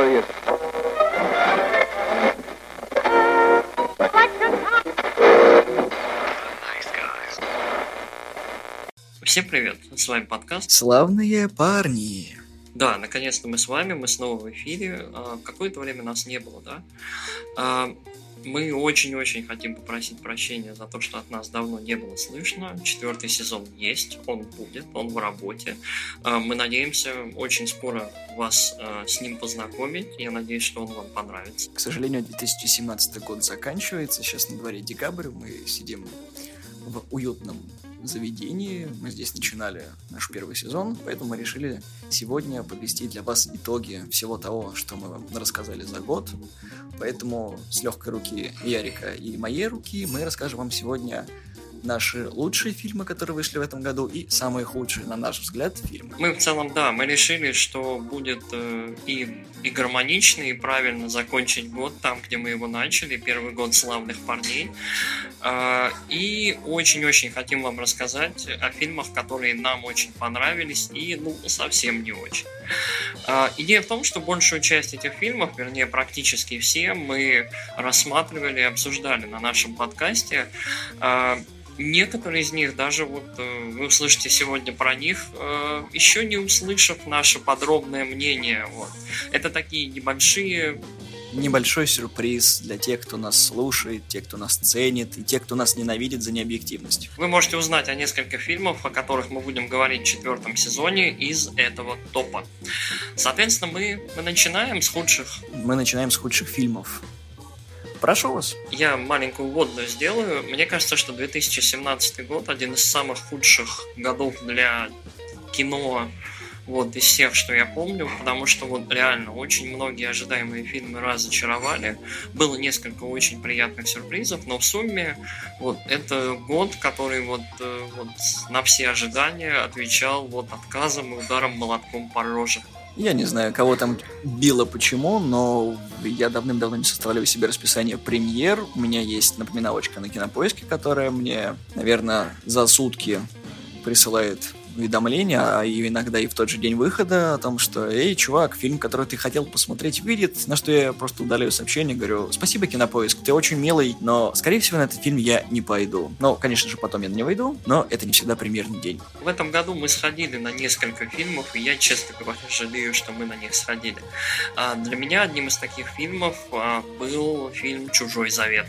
serious. Всем привет, с вами подкаст «Славные парни». Да, наконец-то мы с вами, мы снова в эфире. Какое-то время нас не было, да? Мы очень-очень хотим попросить прощения за то, что от нас давно не было слышно. 4-й сезон есть, он будет, он в работе. Мы надеемся очень скоро вас с ним познакомить. Я надеюсь, что он вам понравится. К сожалению, 2017 год заканчивается. Сейчас на дворе декабрь, мы сидим в уютном заведении. Мы здесь начинали наш первый сезон, поэтому мы решили сегодня подвести для вас итоги всего того, что мы вам рассказали за год. Поэтому с легкой руки Ярика и моей руки мы расскажем вам сегодня наши лучшие фильмы, которые вышли в этом году, и самые худшие, на наш взгляд, фильмы. Мы в целом, да, мы решили, что будет и гармонично, и правильно закончить год там, где мы его начали, первый год «Славных парней». И очень-очень хотим вам рассказать о фильмах, которые нам очень понравились и, совсем не очень. Идея в том, что большую часть этих фильмов, вернее, практически все, мы рассматривали и обсуждали на нашем подкасте. Некоторые из них, даже вы услышите сегодня про них, еще не услышав наше подробное мнение. Это такие Небольшой сюрприз для тех, кто нас слушает, тех, кто нас ценит, и тех, кто нас ненавидит за необъективность. Вы можете узнать о нескольких фильмах, о которых мы будем говорить в 4-м сезоне из этого топа. Соответственно, мы начинаем с худших. Мы начинаем с худших фильмов. Прошу вас. Я маленькую вводную сделаю. Мне кажется, что 2017 год один из самых худших годов для кино из всех, что я помню, потому что реально очень многие ожидаемые фильмы разочаровали. Было несколько очень приятных сюрпризов, но в сумме это год, который на все ожидания отвечал отказом и ударом молотком по роже. Я не знаю, кого там било почему, но я давным-давно не составляю себе расписание премьер. У меня есть напоминалочка на Кинопоиске, которая мне, наверное, за сутки присылает уведомления, а иногда и в тот же день выхода о том, что «Эй, чувак, фильм, который ты хотел посмотреть, выйдет», на что я просто удаляю сообщение, говорю «Спасибо, Кинопоиск, ты очень милый, но, скорее всего, на этот фильм я не пойду». Ну, конечно же, потом я на него иду, но это не всегда премьерный день. В этом году мы сходили на несколько фильмов, и я, честно говоря, жалею, что мы на них сходили. Для меня одним из таких фильмов был фильм «Чужой завет».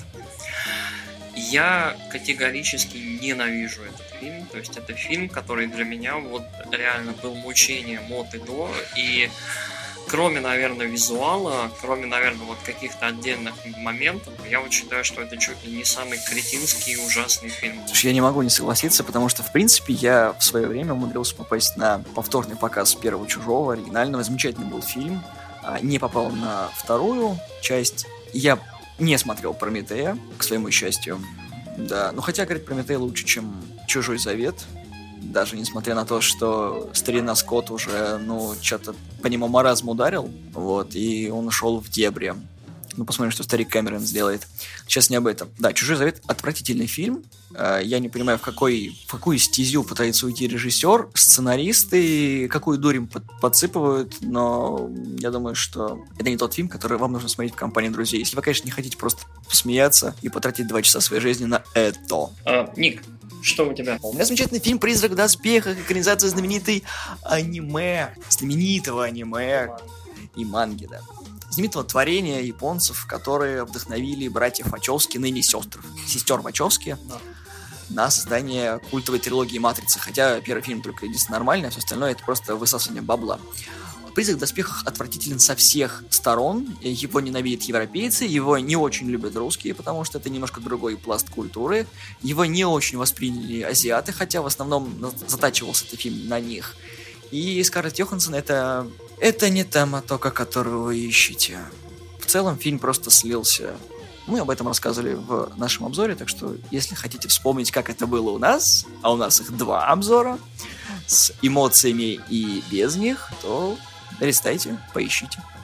Я категорически ненавижу этот фильм, то есть это фильм, который для меня реально был мучением от и до, и кроме, наверное, визуала, кроме, наверное, каких-то отдельных моментов, я считаю, что это чуть ли не самый кретинский и ужасный фильм. Слушай, я не могу не согласиться, потому что, в принципе, я в свое время умудрился попасть на повторный показ первого «Чужого», оригинального, замечательный был фильм, не попал на вторую часть, я не смотрел «Прометея», к своему счастью. Да, хотя, говорит, «Прометей» лучше, чем «Чужой завет». Даже несмотря на то, что старина Скотт уже, что-то по нему маразм ударил. И он ушел в дебри. Посмотрим, что старик Кэмерон сделает. Сейчас не об этом. Да, «Чужой завет» — отвратительный фильм. Я не понимаю, в какую стезю пытается уйти режиссер, сценаристы, какую дурь им подсыпывают, но я думаю, что это не тот фильм, который вам нужно смотреть в компании друзей. Если вы, конечно, не хотите просто посмеяться и потратить 2 часа своей жизни на это. Ник, что у тебя? У меня замечательный фильм «Призрак в доспехах», экранизация знаменитого аниме и манги, да. Знаменитого творения японцев, которые вдохновили братьев Вачовски, ныне сестер Вачовски, на создание культовой трилогии «Матрицы». Хотя первый фильм только единственно нормальный, а все остальное — это просто высасывание бабла. «Призрак в доспехах» отвратителен со всех сторон. Его ненавидят европейцы, его не очень любят русские, потому что это немножко другой пласт культуры. Его не очень восприняли азиаты, хотя в основном затачивался этот фильм на них. И Скарлетт Йоханссон — это не та Матока, которую вы ищете. В целом фильм просто слился. Мы об этом рассказывали в нашем обзоре, так что если хотите вспомнить, как это было у нас, а у нас их 2 обзора, с эмоциями и без них, то листайте, поищите.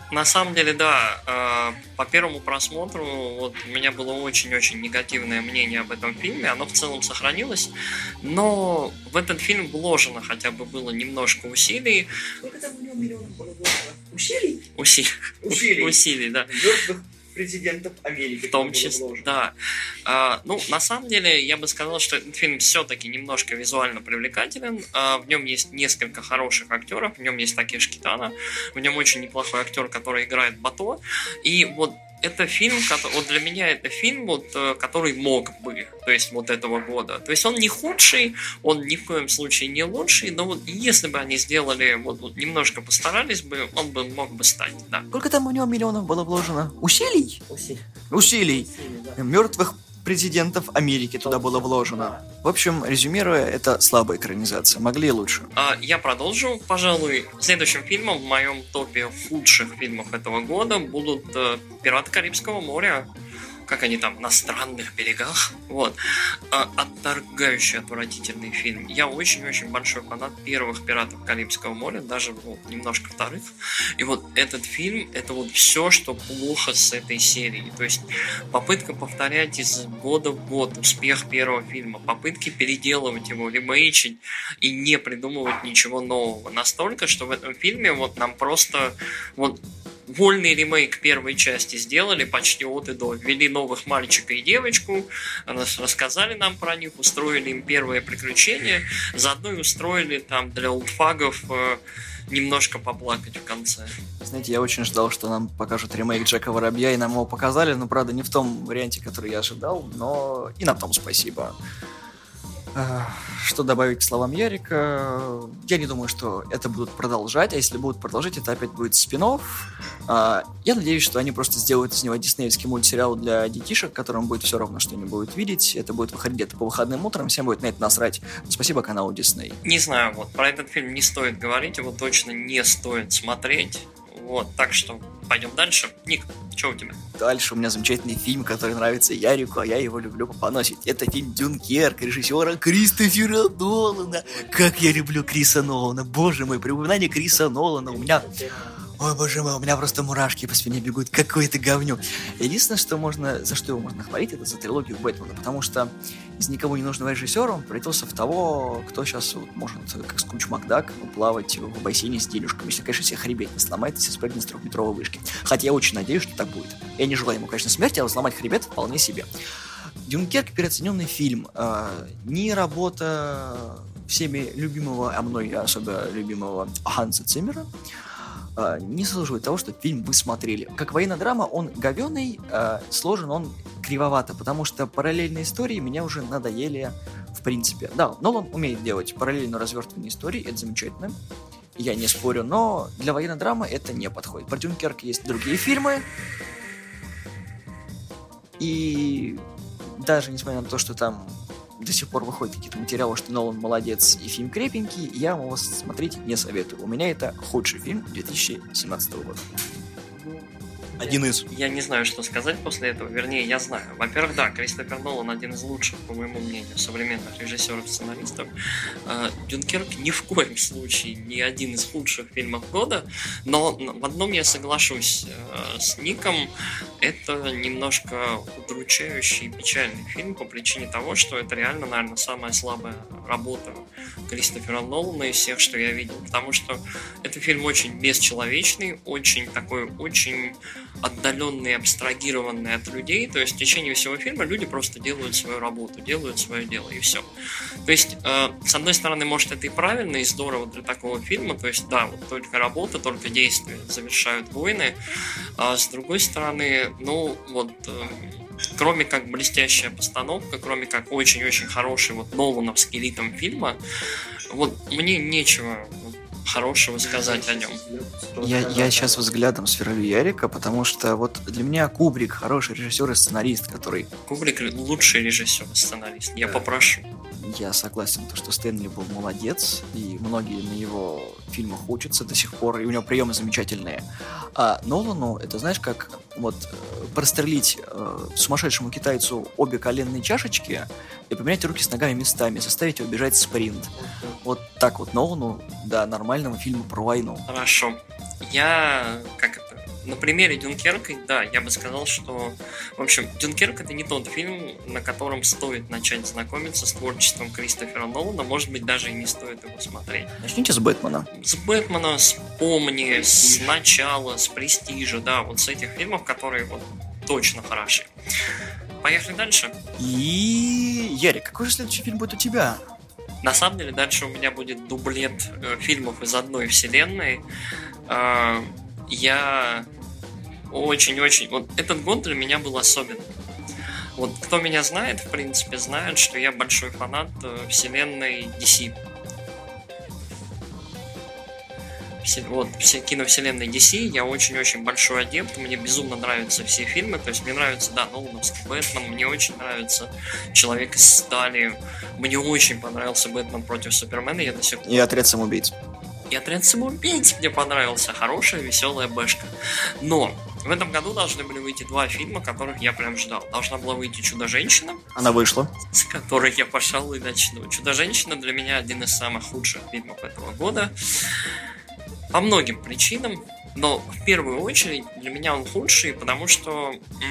На самом деле, да, по первому просмотру вот, у меня было очень-очень негативное мнение об этом фильме, оно в целом сохранилось, но в этот фильм вложено хотя бы было немножко усилий. Сколько там у него миллионов было вложено? Усилий? Усилий, да. Мертвых президентов Америки. В том числе, да. Ну, на самом деле, я бы сказал, что этот фильм все-таки немножко визуально привлекателен. В нем есть несколько хороших актеров. В нем есть Такеши Китано. В нем очень неплохой актер, который играет Бато. И вот это фильм, вот для меня это фильм, вот, который мог бы, то есть вот этого года. То есть он не худший, он ни в коем случае не лучший, но вот если бы они сделали, вот немножко постарались бы, он бы мог бы стать, да. Сколько там у него миллионов было вложено? Усилий? Усилий. Да. Мертвых президентов Америки туда было вложено. В общем, резюмируя, это слабая экранизация. Могли и лучше. Я продолжу, пожалуй. Следующим фильмом в моем топе худших фильмов этого года будут «Пираты Карибского моря». Как они там, на странных берегах. Вот. Отторгающий, отвратительный фильм. Я очень-очень большой фанат первых «Пиратов Карибского моря», даже немножко вторых. И вот этот фильм, это вот все, что плохо с этой серией. То есть попытка повторять из года в год успех первого фильма, попытки переделывать его, ремейчить и не придумывать ничего нового. Настолько, что в этом фильме вот нам просто вот вольный ремейк первой части сделали почти от и до. Ввели новых мальчика и девочку, рассказали нам про них, устроили им первое приключение, заодно и устроили там для олдфагов немножко поплакать в конце. Знаете, я очень ждал, что нам покажут ремейк Джека Воробья, и нам его показали, но, правда, не в том варианте, который я ожидал, но и на том спасибо. Что добавить к словам Ярика? Я не думаю, что это будут продолжать, а если будут продолжать, это опять будет спин-офф. Я надеюсь, что они просто сделают из него диснеевский мультсериал для детишек, которым будет все равно, что они будут видеть. Это будет выходить где-то по выходным утрам, всем будет на это насрать. Спасибо каналу Disney. Не знаю, вот про этот фильм не стоит говорить, его точно не стоит смотреть. Вот, так что пойдем дальше. Ник, что у тебя? Дальше у меня замечательный фильм, который нравится Ярику, а я его люблю попоносить. Это фильм «Дюнкерк» режиссера Кристофера Нолана. Как я люблю Криса Нолана. Боже мой, при упоминании Криса Нолана у меня... Ой, боже мой, у меня просто мурашки по спине бегут. Какой это говнюк. Единственное, что можно, за что его можно хвалить, это за трилогию Бэтмена, потому что из никого не нужного режиссера он превратился в того, кто сейчас вот может, как Скрудж Макдак, плавать в бассейне с делюшками, если, конечно, себе хребет не сломает, если спрыгнет с 3-метровой вышки. Хотя я очень надеюсь, что так будет. Я не желаю ему, конечно, смерти, а сломать хребет вполне себе. «Дюнкерк» — переоцененный фильм. Не работа всеми любимого, а мной особо любимого Ханса Циммера, не заслуживает того, что фильм вы смотрели. Как военная драма, он говёный, сложен он кривовато, потому что параллельные истории меня уже надоели в принципе. Да, Нолан умеет делать параллельно развертывание истории, это замечательно, я не спорю, но для военной драмы это не подходит. Про Дюнкерк есть другие фильмы, и даже несмотря на то, что там до сих пор выходят какие-то материалы, что Нолан молодец и фильм крепенький, я его смотреть не советую. У меня это худший фильм 2017 года. Один из. Я не знаю, что сказать после этого. Вернее, я знаю. Во-первых, да, Кристофер Нолан один из лучших, по моему мнению, современных режиссеров-сценаристов. Дюнкерк ни в коем случае не один из лучших фильмов года, но в одном я соглашусь с Ником. Это немножко удручающий и печальный фильм по причине того, что это реально, наверное, самая слабая работа Кристофера Нолана из всех, что я видел. Потому что это фильм очень бесчеловечный, очень такой, очень отдаленный, абстрагированный от людей. То есть в течение всего фильма люди просто делают свою работу, делают свое дело, и все. То есть, с одной стороны, может, это и правильно, и здорово для такого фильма. То есть, да, вот только работа, только действия завершают войны. А с другой стороны, ну, вот... Кроме как блестящая постановка, кроме как очень-очень хороший вот Нолановский ритм фильма, вот мне нечего хорошего сказать о нем. Я сейчас взглядом сверлю Ярика, потому что вот для меня Кубрик хороший режиссер и сценарист, который... Кубрик лучший режиссер и сценарист, я попрошу. Я согласен, что Стэнли был молодец, и многие на его фильмах учатся до сих пор, и у него приемы замечательные. А Нолану, это знаешь, как вот прострелить сумасшедшему китайцу обе коленные чашечки и поменять руки с ногами местами, заставить его бежать спринт. Вот так вот Нолану, да, нормального фильма про войну. Хорошо. Я, на примере Дюнкерка, да, я бы сказал, что, в общем, Дюнкерк — это не тот фильм, на котором стоит начать знакомиться с творчеством Кристофера Нолана, может быть, даже и не стоит его смотреть. Начните с Бэтмена. С Бэтмена, с Помни, с Начала, с Престижа, да, вот с этих фильмов, которые вот точно хороши. Поехали дальше. И... Ярик, какой же следующий фильм будет у тебя? На самом деле, дальше у меня будет дублет фильмов из одной вселенной. Я очень-очень... Вот этот год для меня был особенным. Вот кто меня знает, в принципе, знает, что я большой фанат вселенной DC. Вот, киновселенной DC, я очень-очень большой адепт, мне безумно нравятся все фильмы, то есть мне нравится, да, Нолановский Бэтмен, мне очень нравится Человек из стали, мне очень понравился Бэтмен против Супермена, я до сих пор... И Отряд самоубийц. И Отряд самоубийц мне понравился, хорошая, веселая бэшка. Но в этом году должны были выйти два фильма, которых я прям ждал. Должна была выйти «Чудо-женщина». Она вышла. С которой я, пожалуй, начну. «Чудо-женщина» для меня один из самых худших фильмов этого года. По многим причинам, но в первую очередь для меня он худший, потому что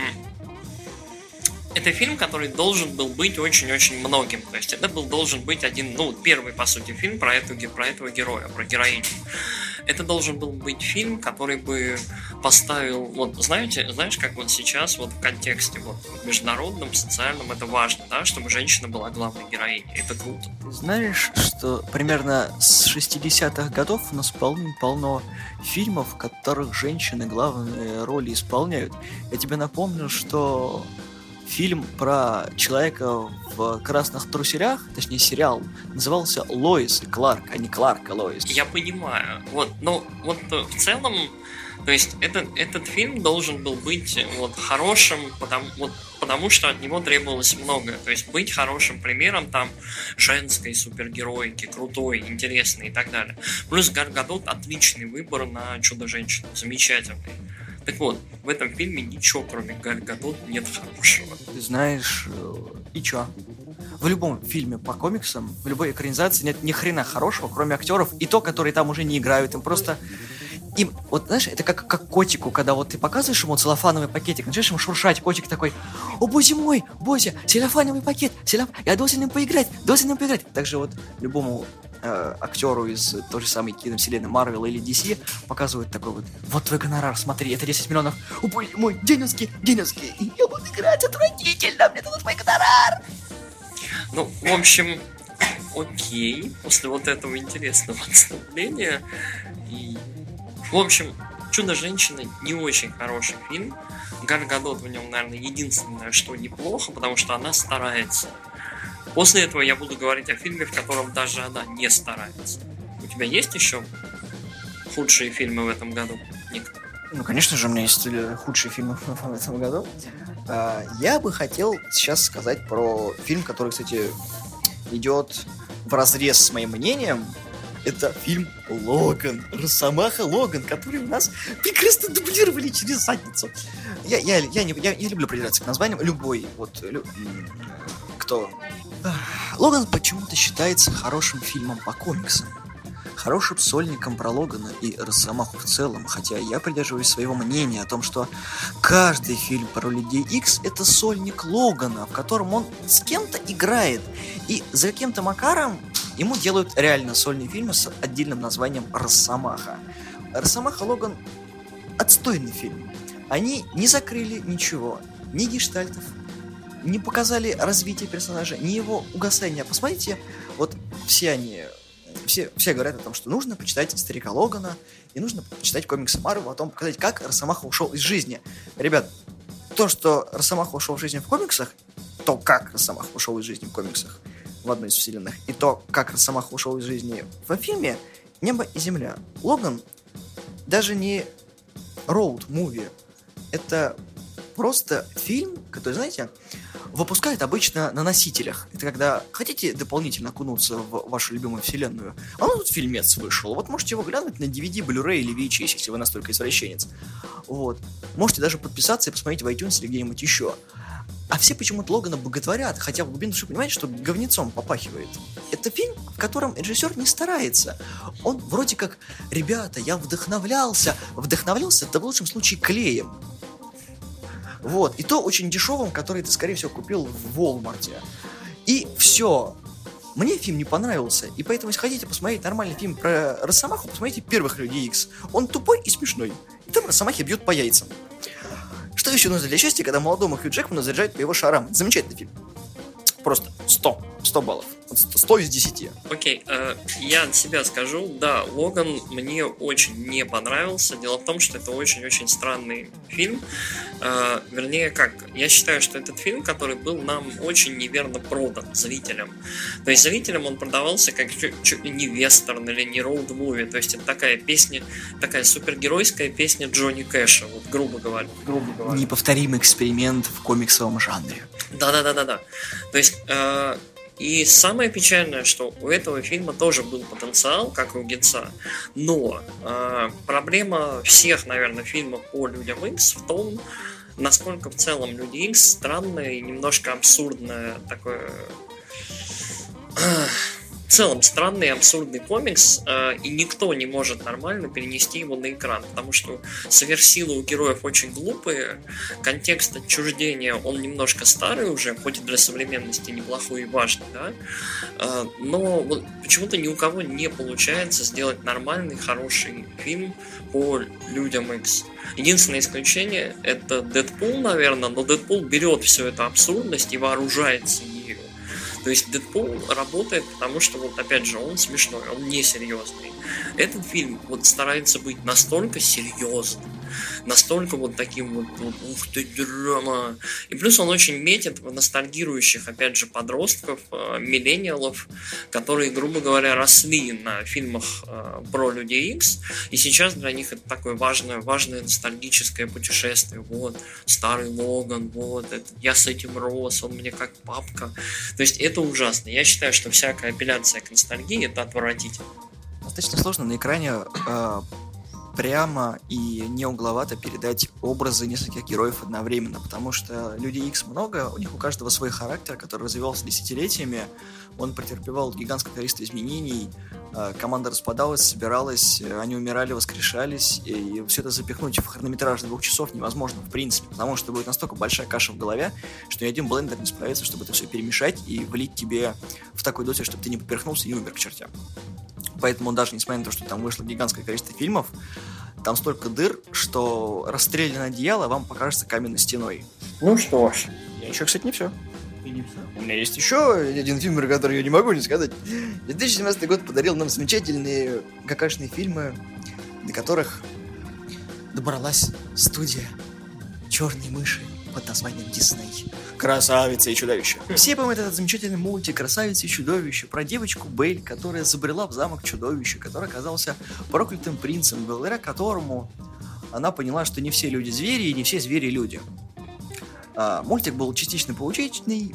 это фильм, который должен был быть очень-очень многим. То есть это должен быть один, первый, по сути, фильм про этого героя, про героиню. Это должен был быть фильм, который бы поставил, вот знаешь, как вот сейчас вот в контексте вот международном, социальном это важно, да, чтобы женщина была главной героиней. Это круто. Ты знаешь, что примерно с 60-х годов у нас полно фильмов, в которых женщины главные роли исполняют. Я тебе напомню, что фильм про человека в красных труселях, точнее сериал, назывался «Лоис и Кларк», а не «Кларк и Лоис». Я понимаю. Вот, но вот в целом, то есть этот фильм должен был быть вот хорошим, потому что от него требовалось многое. То есть быть хорошим примером там женской супергероики, крутой, интересной и так далее. Плюс Галь Гадот отличный выбор на Чудо-женщину, замечательный. Так вот, в этом фильме ничего, кроме Галь Гадот, нет хорошего. Ты знаешь, и чё? В любом фильме по комиксам, в любой экранизации нет ни хрена хорошего, кроме актеров, и то, которые там уже не играют, им просто... вот знаешь, это как котику, когда вот ты показываешь ему целлофановый пакетик, начинаешь ему шуршать, котик такой: «О, боже мой, Бося, целлофановый пакет, я должен им поиграть. Также вот любому актеру из той же самой киновселенной Marvel или DC показывают такой вот твой гонорар, смотри, это 10 миллионов, о, боже мой, денежки, я буду играть отвратительно, мне дадут мой гонорар». Ну, в общем, окей, после вот этого интересного отступления. В общем, «Чудо-женщина» не очень хороший фильм. Галь Гадот в нем, наверное, единственное, что неплохо, потому что она старается. После этого я буду говорить о фильме, в котором даже она не старается. У тебя есть еще худшие фильмы в этом году, Ник? Ну, конечно же, у меня есть худшие фильмы в этом году. Я бы хотел сейчас сказать про фильм, который, кстати, идет вразрез с моим мнением. Это фильм «Логан», Росомаха Логан, который у нас прекрасно дублировали через задницу. Я люблю придираться к названиям. Любой, кто... Логан почему-то считается хорошим фильмом по комиксам. Хорошим сольником про Логана и Росомаху в целом, хотя я придерживаюсь своего мнения о том, что каждый фильм про Людей Икс — это сольник Логана, в котором он с кем-то играет, и за каким-то макаром ему делают реально сольный фильм с отдельным названием «Росомаха». «Росомаха Логан» — отстойный фильм. Они не закрыли ничего, ни гештальтов, не показали развитие персонажа, ни его угасания. Посмотрите, вот все говорят о том, что нужно почитать «Старика Логана» и нужно почитать комиксы Марвел, о том, показать, как Росомаха ушел из жизни. Ребят, то, что Росомаха ушел из жизни в комиксах, то, как Росомаха ушел из жизни в комиксах в одной из вселенных, и то, как Росомаха ушел из жизни во фильме, небо и земля. Логан даже не роуд-муви, это просто фильм, который, знаете, выпускают обычно на носителях. Это когда хотите дополнительно окунуться в вашу любимую вселенную, а ну тут фильмец вышел. Вот можете его глянуть на DVD, Blu-ray или VHS, если вы настолько извращенец. Вот. Можете даже подписаться и посмотреть в iTunes или где-нибудь еще. А все почему-то Логана боготворят, хотя в глубине души понимаете, что говнецом попахивает. Это фильм, в котором режиссер не старается. Он вроде как, ребята, я вдохновлялся, да в лучшем случае клеем. Вот, и то очень дешевым, который ты, скорее всего, купил в Walmart. И все. Мне фильм не понравился, и поэтому, если хотите посмотреть нормальный фильм про Росомаху, посмотрите «Первых Людей Икс». Он тупой и смешной. И там Росомахи бьют по яйцам. Что еще нужно для счастья, когда молодому Хью Джекману заряжают по его шарам? Замечательный фильм. Просто 100 баллов. 100 из 10. Окей, я от себя скажу, да, Логан мне очень не понравился. Дело в том, что это очень-очень странный фильм. Вернее, как, я считаю, что этот фильм, который был нам очень неверно продан зрителям. То есть зрителям он продавался как чуть ли не вестерн или не роуд-муви. То есть это такая песня, такая супергеройская песня Джонни Кэша, вот грубо говоря. Неповторимый эксперимент в комиксовом жанре. Да. То есть... И самое печальное, что у этого фильма тоже был потенциал, как и у Гинца. Но проблема всех, наверное, фильмов по Людям Икс в том, насколько в целом Люди Икс странное и немножко абсурдное такое... В целом странный и абсурдный комикс, и никто не может нормально перенести его на экран, потому что сверхсилы у героев очень глупые, контекст отчуждения, он немножко старый уже, хоть и для современности неплохой и важный, да, но вот почему-то ни у кого не получается сделать нормальный, хороший фильм по Людям Икс. Единственное исключение — это Дэдпул, наверное, но Дэдпул берет всю эту абсурдность и вооружается ею. То есть Дэдпул работает, потому что, вот опять же, он смешной, он не серьезный. Этот фильм вот старается быть настолько серьезным, настолько вот таким вот ух ты, драма. И плюс он очень метит в ностальгирующих, опять же, подростков, миллениалов, которые, грубо говоря, росли на фильмах про Людей Икс, и сейчас для них это такое важное ностальгическое путешествие. Вот, старый Логан, вот, это, я с этим рос, он мне как папка. То есть это ужасно. Я считаю, что всякая апелляция к ностальгии — это отвратительно. Достаточно сложно на экране прямо и не угловато передать образы нескольких героев одновременно, потому что Людей Икс много, у них у каждого свой характер, который развивался десятилетиями, он претерпевал гигантское количество изменений, команда распадалась, собиралась, они умирали, воскрешались, и все это запихнуть в хронометраж 2 часов невозможно в принципе, потому что будет настолько большая каша в голове, что ни один блендер не справится, чтобы это все перемешать и влить тебе в такой дозе, чтобы ты не поперхнулся и не умер к чертям. Поэтому даже несмотря на то, что там вышло гигантское количество фильмов, там столько дыр, что расстрелянное одеяло вам покажется каменной стеной. Ну что ж. Я еще, кстати, не все. У меня есть еще один фильм, про который я не могу не сказать. 2017 год подарил нам замечательные какашные фильмы, до которых добралась студия «Черные мыши» под названием Дисней. «Красавица и чудовище». Все помнят этот замечательный мультик «Красавица и чудовище» про девочку Белль, которая забрела в замок чудовища, который оказался проклятым принцем, благодаря которому она поняла, что не все люди звери и не все звери люди. Мультик был частично поучительный,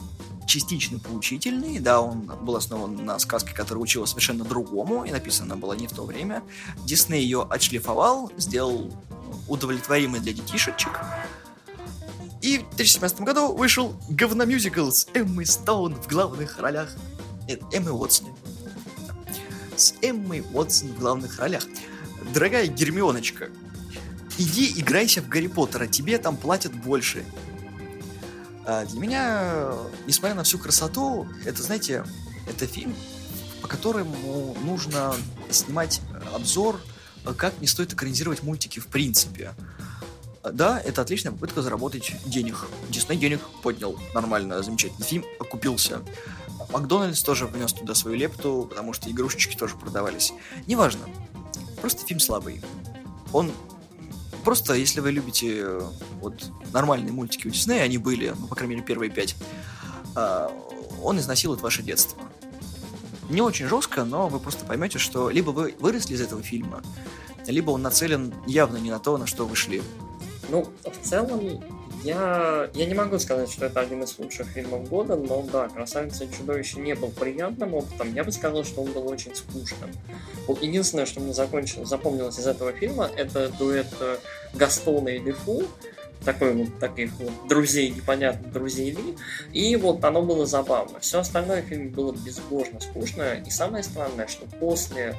да, он был основан на сказке, которая учила совершенно другому, и написана была не в то время. Дисней ее отшлифовал, сделал удовлетворимый для детишечек. И в 2017 году вышел говномюзикл с Эммой Стоун в главных ролях. Нет, Эммой Уотсон. С Эммой Уотсон в главных ролях. Дорогая Гермионочка, иди играйся в Гарри Поттера, тебе там платят больше. Для меня, несмотря на всю красоту, это, знаете, это фильм, по которому нужно снимать обзор, как не стоит экранизировать мультики в принципе. Да, это отличная попытка заработать денег. Дисней денег поднял нормально, замечательный фильм, окупился. Макдональдс тоже внес туда свою лепту, потому что игрушечки тоже продавались. Неважно, просто фильм слабый. Он просто, если вы любите вот нормальные мультики у Диснея, они были, ну, по крайней мере, первые 5, он изнасилует ваше детство. Не очень жестко, но вы просто поймете, что либо вы выросли из этого фильма, либо он нацелен явно не на то, на что вы шли. Ну, в целом, я не могу сказать, что это один из лучших фильмов года, но да, «Красавица и чудовище» не был приятным опытом, я бы сказал, что он был очень скучным. Вот единственное, что мне запомнилось из этого фильма, это дуэт Гастона и Дефу, таких вот друзей, непонятных друзей Ли, и вот оно было забавно. Все остальное в фильме было безбожно скучно, и самое странное, что после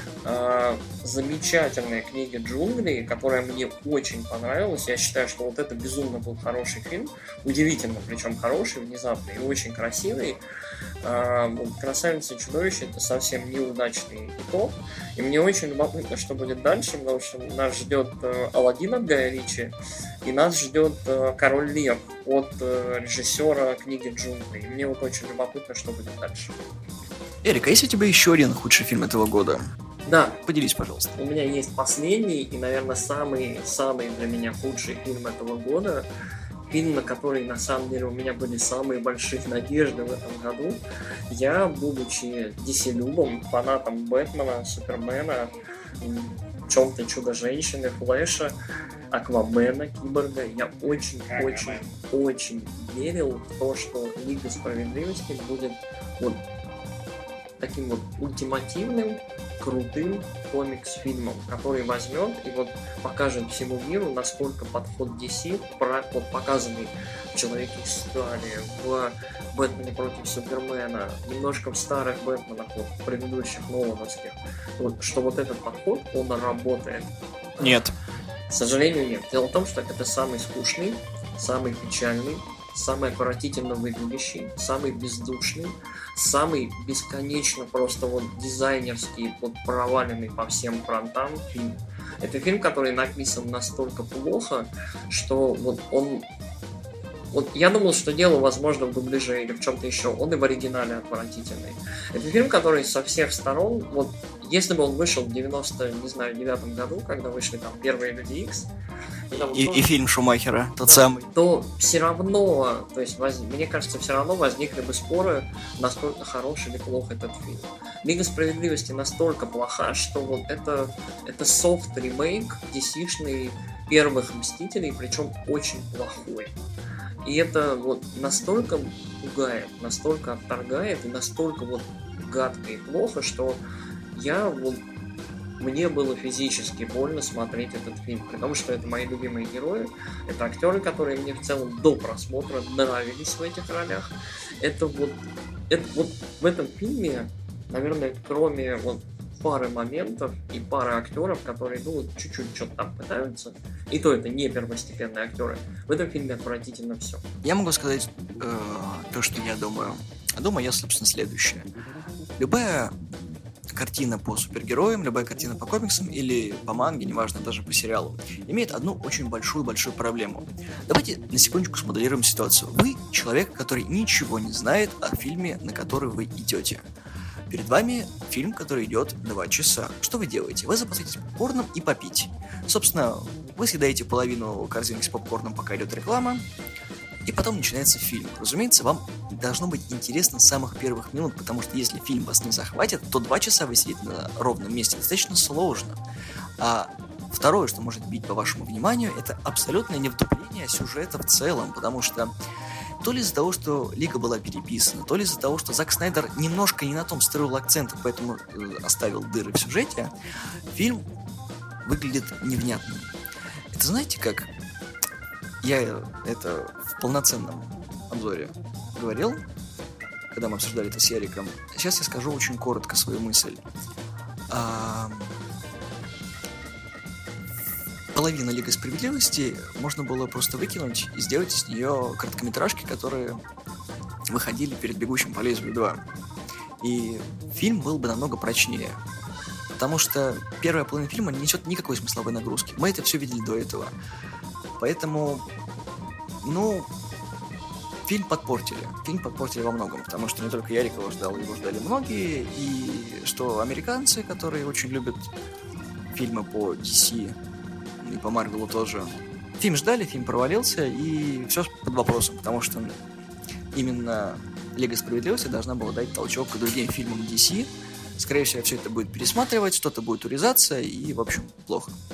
замечательной книги «Джунгли», которая мне очень понравилась, я считаю, что вот это безумно был хороший фильм, удивительно, причем хороший, внезапный и очень красивый. «Красавица и чудовище» — это совсем неудачный итог, и мне очень любопытно, что будет дальше, потому что нас ждет «Аладдин» от Гая Ричи, и нас ждет «Король Лев» от режиссера книги «Джунгли». И мне вот очень любопытно, что будет дальше. Эрик, а есть у тебя еще один худший фильм этого года? Да. Поделись, пожалуйста. У меня есть последний и, наверное, самый для меня худший фильм этого года. Фильм, на который, на самом деле, у меня были самые большие надежды в этом году. Я, будучи DC-любом, фанатом Бэтмена, Супермена, в чем-то Чудо-женщины, Флэша, Аквамена, Киборга, я очень верил в то, что Лига Справедливости будет вот таким вот ультимативным, крутым комикс-фильмом, который возьмет и вот покажет всему миру, насколько подход DC, вот показанный в Человеке из Стали, в Бэтмене против Супермена, немножко в старых Бэтменах, вот в предыдущих нолановских, вот, что вот этот подход, он работает. Нет. К сожалению, нет. Дело в том, что это самый скучный, самый печальный, самый отвратительно выглядящий, самый бездушный, самый бесконечно просто вот дизайнерский, вот проваленный по всем фронтам фильм. Это фильм, который написан настолько плохо, что вот он... Вот я думал, что дело, возможно, в дубляже или в чем-то еще. Он и в оригинале отвратительный. Это фильм, который со всех сторон... Вот если бы он вышел в 99-м году, когда вышли там первые Люди Икс, и фильм Шумахера, тот самый. То все равно, то есть, мне кажется, все равно возникли бы споры, насколько хорош или плох этот фильм. Лига Справедливости настолько плоха, что вот это софт ремейк DC-шный первых Мстителей, причем очень плохой. И это вот настолько пугает, настолько отторгает и настолько вот гадко и плохо, что мне было физически больно смотреть этот фильм, потому что это мои любимые герои, это актеры, которые мне в целом до просмотра нравились в этих ролях. Это вот в этом фильме, наверное, кроме вот пары моментов и пары актеров, которые, чуть-чуть что-то там пытаются, и то это не первостепенные актеры, в этом фильме отвратительно все. Я могу сказать то, что я думаю. Думаю я, собственно, следующее. Любая картина по супергероям, любая картина по комиксам или по манге, неважно, даже по сериалу, имеет одну очень большую проблему. Давайте на секундочку смоделируем ситуацию. Вы человек, который ничего не знает о фильме, на который вы идете. Перед вами фильм, который идет 2 часа. Что вы делаете? Вы запасаетесь попкорном и попить. Собственно, вы съедаете половину корзинки с попкорном, пока идет реклама, и потом начинается фильм. Разумеется, вам должно быть интересно с самых первых минут, потому что если фильм вас не захватит, то 2 часа вы сидите на ровном месте достаточно сложно. А второе, что может бить по вашему вниманию, это абсолютное невдупление сюжета в целом, потому что то ли из-за того, что Лига была переписана, то ли из-за того, что Зак Снайдер немножко не на том строил акценты, поэтому оставил дыры в сюжете, фильм выглядит невнятным. Это знаете как? Я это в полноценном обзоре говорил, когда мы обсуждали это с Яриком. Сейчас я скажу очень коротко свою мысль. Половина Лиги Справедливости можно было просто выкинуть и сделать из нее короткометражки, которые выходили перед «Бегущим по лезвию 2». И фильм был бы намного прочнее. Потому что первая половина фильма не несет никакой смысловой нагрузки. Мы это все видели до этого. Поэтому, фильм подпортили. Фильм подпортили во многом, потому что не только Ярик его ждал, его ждали многие. И что американцы, которые очень любят фильмы по DC и по Марвелу тоже, фильм ждали, фильм провалился, и все под вопросом, потому что именно Лига Справедливости должна была дать толчок к другим фильмам DC. Скорее всего, все это будет пересматривать, что-то будет урезаться, и, в общем, плохо.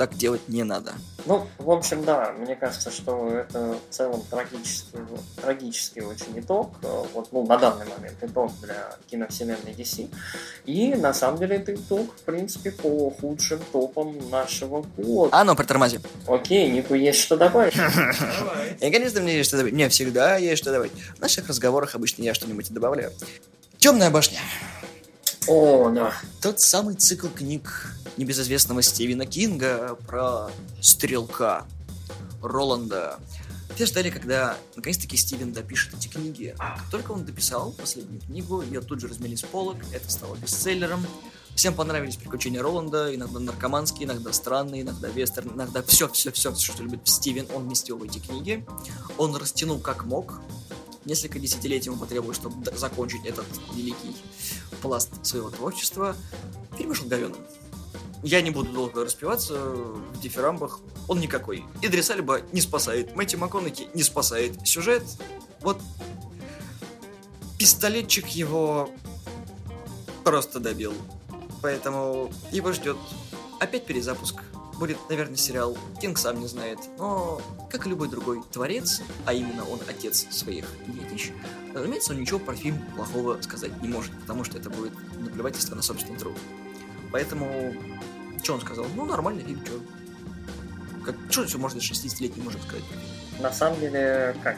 так делать не надо. Ну, в общем, да, мне кажется, что это в целом трагический очень итог, вот, ну, на данный момент итог для киновселенной DC. И, на самом деле, это итог, в принципе, по худшим топам нашего года. А ну, притормози. Окей, Нику есть что добавить? И, конечно, мне есть что добавить. Мне всегда есть что добавить. В наших разговорах обычно я что-нибудь и добавляю. «Темная башня». О, да. Тот самый цикл книг небезызвестного Стивена Кинга про стрелка Роланда. Все ждали, когда наконец-таки Стивен допишет эти книги. Как только он дописал последнюю книгу, ее тут же размели с полок, это стало бестселлером. Всем понравились приключения Роланда, иногда наркоманские, иногда странные, иногда вестерн, иногда все, что любит Стивен, он вместил в эти книги. Он растянул как мог. Несколько десятилетий ему потребовалось, чтобы закончить этот великий пласт своего творчества. Фильм вышел говёным. Я не буду долго распеваться в дифирамбах. Он никакой. Идрис Эльба не спасает. Мэтью МакКонахи не спасает. Сюжет, вот, пистолетчик его просто добил. Поэтому его ждет опять перезапуск. Будет, наверное, сериал. Кинг сам не знает. Но, как и любой другой творец, а именно он отец своих детищ, разумеется, он ничего про фильм плохого сказать не может, потому что это будет наплевательство на собственный труд. Поэтому, что он сказал? Ну, нормальный фильм, что? Что еще можно 60-летний может сказать? На самом деле, как?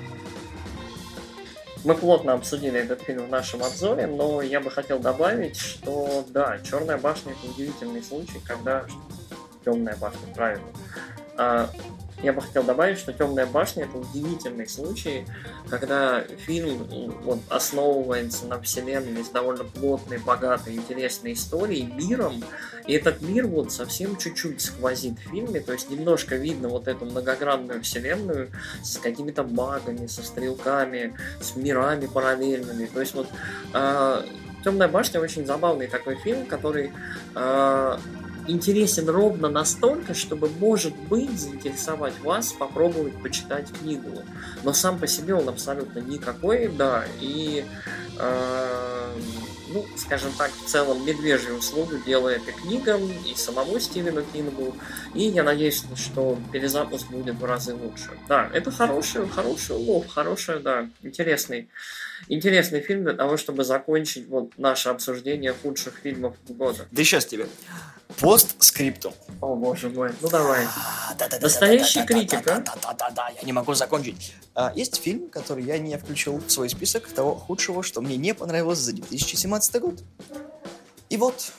Мы плотно обсудили этот фильм в нашем обзоре, но я бы хотел добавить, что да, «Черная башня» — это удивительный случай, когда... «Темная башня», правильно. Я бы хотел добавить, что «Темная башня» — это удивительный случай, когда фильм вот, основывается на вселенной с довольно плотной, богатой, интересной историей, миром, и этот мир вот совсем чуть-чуть сквозит в фильме, то есть немножко видно вот эту многогранную вселенную с какими-то магами, со стрелками, с мирами параллельными. То есть вот «Темная башня» очень забавный такой фильм, который... интересен ровно настолько, чтобы, может быть, заинтересовать вас попробовать почитать книгу. Но сам по себе он абсолютно никакой, да, и, ну, скажем так, в целом медвежью услугу делает и книгам, и самому Стивену Кингу, и я надеюсь, что перезапуск будет в разы лучше. Да, это хороший улов, да, интересный фильм для того, чтобы закончить вот наше обсуждение худших фильмов года. Да сейчас тебе. Постскриптум. О, боже мой, ну давай. Настоящий критик, а? Да, я не могу закончить. Есть фильм, который я не включил в свой список того худшего, что мне не понравилось за 2017 год. И вот,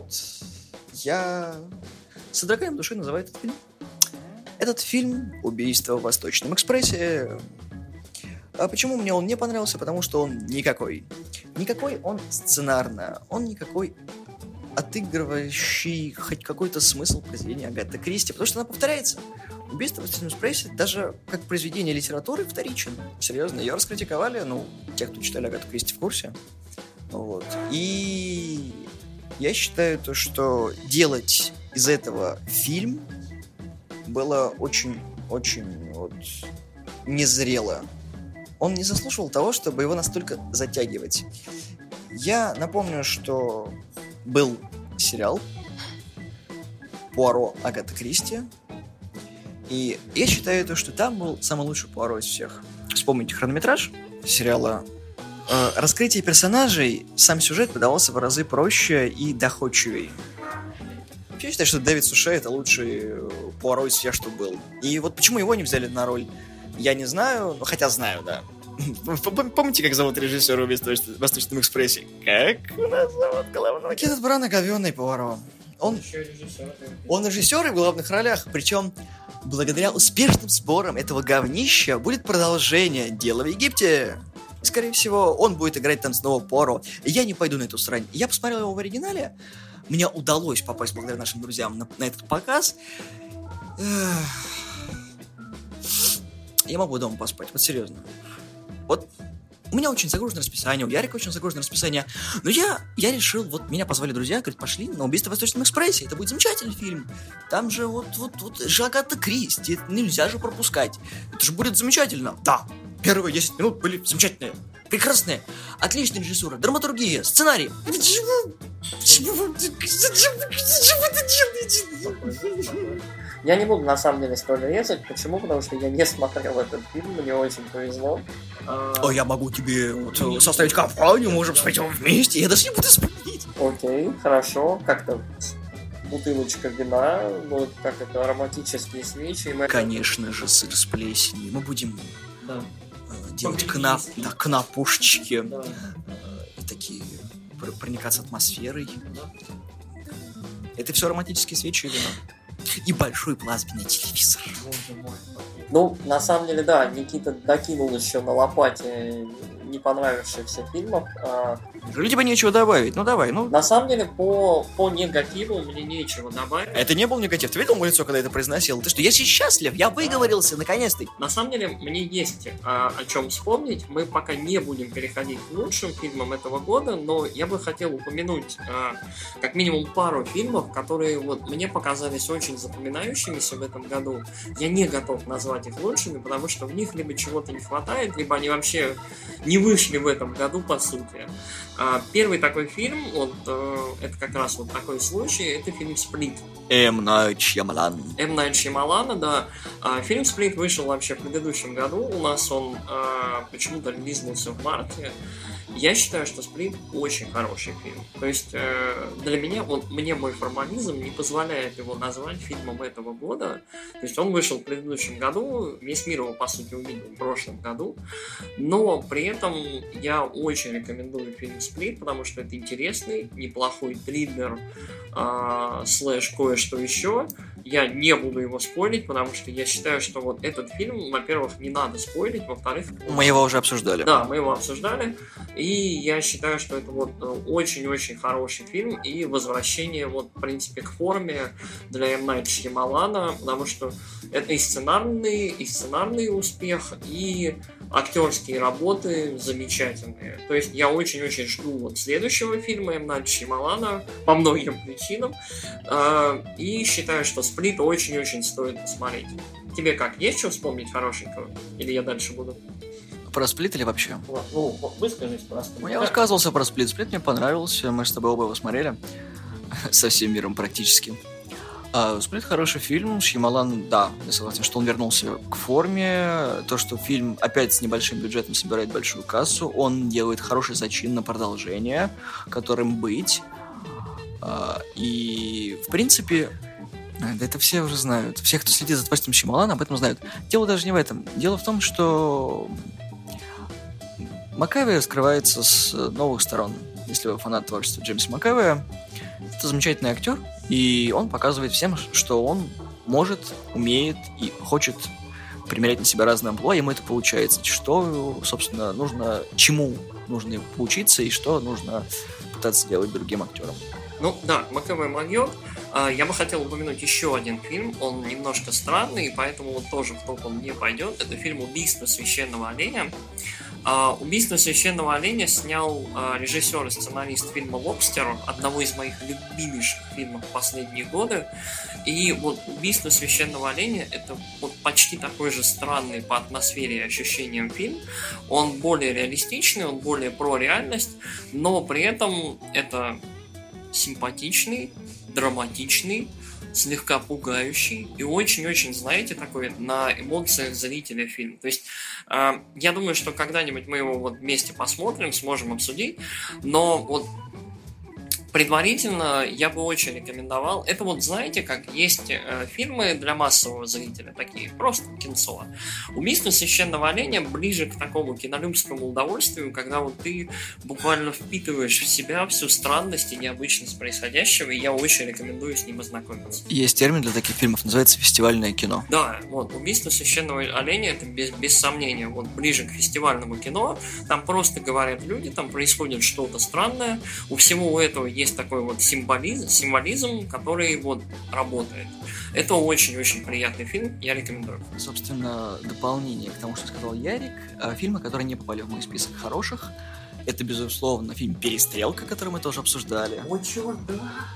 я с содроганием души называю этот фильм. Этот фильм «Убийство в Восточном экспрессе». А почему мне он не понравился? Потому что он никакой. Никакой он сценарно. Он никакой отыгрывающий хоть какой-то смысл произведения Агаты Кристи. Потому что она повторяется. «Убийство в Восточном экспрессе» даже как произведение литературы вторичен. Серьезно, ее раскритиковали. Ну, те, кто читали Агату Кристи, в курсе. Вот. И я считаю то, что делать из этого фильм было очень-очень вот незрело. Он не заслуживал того, чтобы его настолько затягивать. Я напомню, что был сериал «Пуаро» Агаты Кристи. И я считаю, то, что там был самый лучший Пуаро из всех. Вспомните хронометраж сериала. Раскрытие персонажей, сам сюжет подавался в разы проще и доходчивее. Я считаю, что Дэвид Суше — это лучший Пуаро из всех, что был. И вот почему его не взяли на роль, я не знаю, ну, хотя знаю, да. Помните, как зовут режиссера «Убийства в Восточном экспрессе»? Как у нас зовут главного? Кеннет Брана — говёный Пуаро. Он режиссер и в главных ролях. Причем, благодаря успешным сборам этого говнища будет продолжение «Дело в Египте». Скорее всего, он будет играть там снова Пуаро. И я не пойду на эту срань. Я посмотрел его в оригинале. Мне удалось попасть благодаря нашим друзьям на этот показ. Я могу дома поспать, вот серьезно. Вот у меня очень загруженное расписание, у Ярика очень загруженное расписание. Но я решил, вот меня позвали друзья, говорят, пошли на «Убийство в Восточном экспрессе». Это будет замечательный фильм. Там же вот же Агата Кристи, это нельзя же пропускать. Это же будет замечательно. Да, первые 10 минут были замечательные, прекрасные, отличная режиссура, драматургия, сценарий. Зачем вы это делаете? Я не буду на самом деле столь резать. Почему? Потому что я не смотрел этот фильм, мне очень повезло. Я могу тебе составить компанию, можем спать вместе, я даже не буду спать. Окей, хорошо, как-то бутылочка вина, вот как это, ароматические свечи. Конечно же, сыр с плесенью. Мы будем делать По-бельгийски. кнопушечки, Да. такие проникаться атмосферой. Это все ароматические свечи и вино. И большой плазменный телевизор. Ну, на самом деле, да, Никита докинул еще на лопате не понравившихся фильмов. Неужели тебе нечего добавить? Ну давай, ну. На самом деле, по негативу мне нечего добавить. Это не был негатив. Ты видел мое лицо, когда я это произносил? Ты что, я счастлив, я выговорился, наконец-то. На самом деле, мне есть о чем вспомнить. Мы пока не будем переходить к лучшим фильмам этого года, но я бы хотел упомянуть как минимум пару фильмов, которые вот мне показались очень запоминающимися в этом году. Я не готов назвать их лучшими, потому что в них либо чего-то не хватает, либо они вообще не вышли в этом году, по сути. Первый такой фильм, вот, это как раз вот такой случай, это фильм «Сплит». М. Найт Шьямалан. М. Найт Шьямалана, да. Фильм «Сплит» вышел вообще в предыдущем году. У нас он почему-то релизнулся в марте. Я считаю, что «Сплит» очень хороший фильм. То есть для меня, мне мой формализм не позволяет его назвать фильмом этого года. То есть он вышел в предыдущем году, весь мир его, по сути, увидел в прошлом году. Но при этом я очень рекомендую фильм «Сплит», потому что это интересный, неплохой триллер, слэш кое-что еще. Я не буду его спойлить, потому что я считаю, что вот этот фильм, во-первых, не надо спойлить, во-вторых... Мы его уже обсуждали. Да, мы его обсуждали, и я считаю, что это вот очень-очень хороший фильм и возвращение вот, в принципе, к форме для М. Найта Шьямалана, потому что это и сценарный успех, и актерские работы замечательные. То есть я очень-очень жду вот следующего фильма М. Найта Шьямалана по многим причинам, и считаю, что «Сплит» очень-очень стоит посмотреть. Тебе как, есть что вспомнить хорошенького? Или я дальше буду? Про «Сплит» или вообще? Ну, выскажись про «Сплит». Ну, я высказывался про «Сплит». «Сплит» мне понравился, мы с тобой оба его смотрели. Со всем миром практически. «Сплит» хороший фильм. Шьямалан, да, я согласен, что он вернулся к форме. То, что фильм опять с небольшим бюджетом собирает большую кассу. Он делает хороший зачин на продолжение, которым быть. И, в принципе, да это все уже знают. Все, кто следит за творчеством Шьямалана, об этом знают. Дело даже не в этом. Дело в том, что Макэвой раскрывается с новых сторон. Если вы фанат творчества Джеймса Макэвоя, это замечательный актер, и он показывает всем, что он может, умеет и хочет примерять на себя разные амплуа, ему это получается. Что, собственно, чему нужно поучиться и что нужно пытаться делать другим актерам. Ну да, Макэвой молодец. Я бы хотел упомянуть еще один фильм. Он немножко странный, и поэтому он тоже в топ он не пойдет. Это фильм «Убийство священного оленя». «Убийство священного оленя» снял режиссер и сценарист фильма «Лобстер», одного из моих любимейших фильмов в последние годы. И вот «Убийство священного оленя» — это вот почти такой же странный по атмосфере и ощущениям фильм. Он более реалистичный, он более про реальность, но при этом это симпатичный, драматичный, слегка пугающий и очень-очень, знаете, такой на эмоциях зрителя фильм. То есть я думаю, что когда-нибудь мы его вот вместе посмотрим, сможем обсудить, но вот предварительно я бы очень рекомендовал. Это вот, знаете, как есть фильмы для массового зрителя, такие, просто кинцо. «Убийство священного оленя» ближе к такому кинолюбскому удовольствию, когда вот ты буквально впитываешь в себя всю странность и необычность происходящего, и я очень рекомендую с ним ознакомиться. Есть термин для таких фильмов, называется фестивальное кино. Да, вот, «Убийство священного оленя» это без сомнения вот ближе к фестивальному кино. Там просто говорят люди, там происходит что-то странное. У всего этого есть такой вот символизм, который вот работает. Это очень-очень приятный фильм, я рекомендую. Собственно, дополнение к тому, что сказал Ярик, фильмы, которые не попали в мой список хороших, это, безусловно, фильм «Перестрелка», который мы тоже обсуждали. О, черт, да!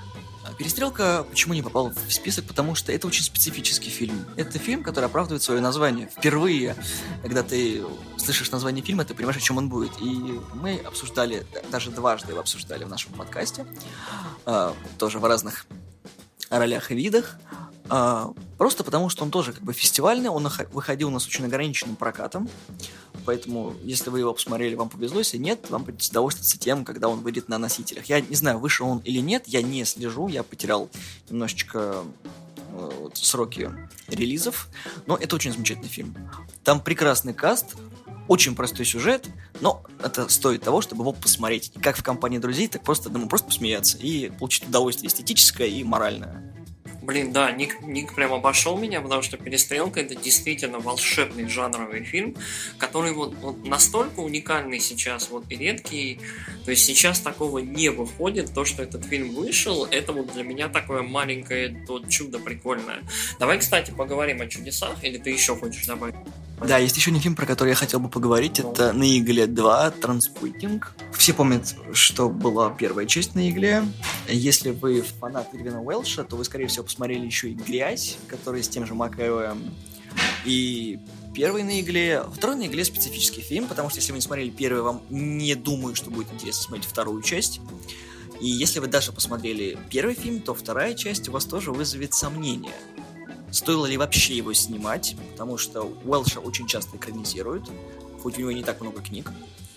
«Перестрелка» почему не попал в список? Потому что это очень специфический фильм. Это фильм, который оправдывает свое название. Впервые, когда ты слышишь название фильма, ты понимаешь, о чем он будет. И мы обсуждали, даже дважды его обсуждали в нашем подкасте, тоже в разных ролях и видах. Просто потому, что он тоже как бы фестивальный, он выходил у нас очень ограниченным прокатом, поэтому, если вы его посмотрели, вам повезло, если нет, вам придется довольствоваться тем, когда он выйдет на носителях. Я не знаю, вышел он или нет, я не слежу, я потерял немножечко сроки релизов, но это очень замечательный фильм. Там прекрасный каст, очень простой сюжет, но это стоит того, чтобы его посмотреть. И как в компании друзей, так просто посмеяться и получить удовольствие эстетическое и моральное. Блин, да, Ник прям обошел меня, потому что «Перестрелка» — это действительно волшебный жанровый фильм, который вот настолько уникальный сейчас, и редкий. То есть сейчас такого не выходит. То, что этот фильм вышел, это вот для меня такое маленькое чудо прикольное. Давай, кстати, поговорим о чудесах, или ты еще хочешь добавить? Да, есть еще один фильм, про который я хотел бы поговорить. Это «На игле 2. Транспутинг». Все помнят, что была первая часть «На игле». Если вы фанат Ирвина Уэлша, то вы, скорее всего, посмотрели еще и «Грязь», который с тем же МакЭвоем. И первый «На игле». Второй «На игле» специфический фильм, потому что если вы не смотрели первый, вам не думаю, что будет интересно смотреть вторую часть. И если вы даже посмотрели первый фильм, то вторая часть у вас тоже вызовет сомнения. Стоило ли вообще его снимать, потому что Уэлша очень часто экранизируют, хоть у него не так много книг.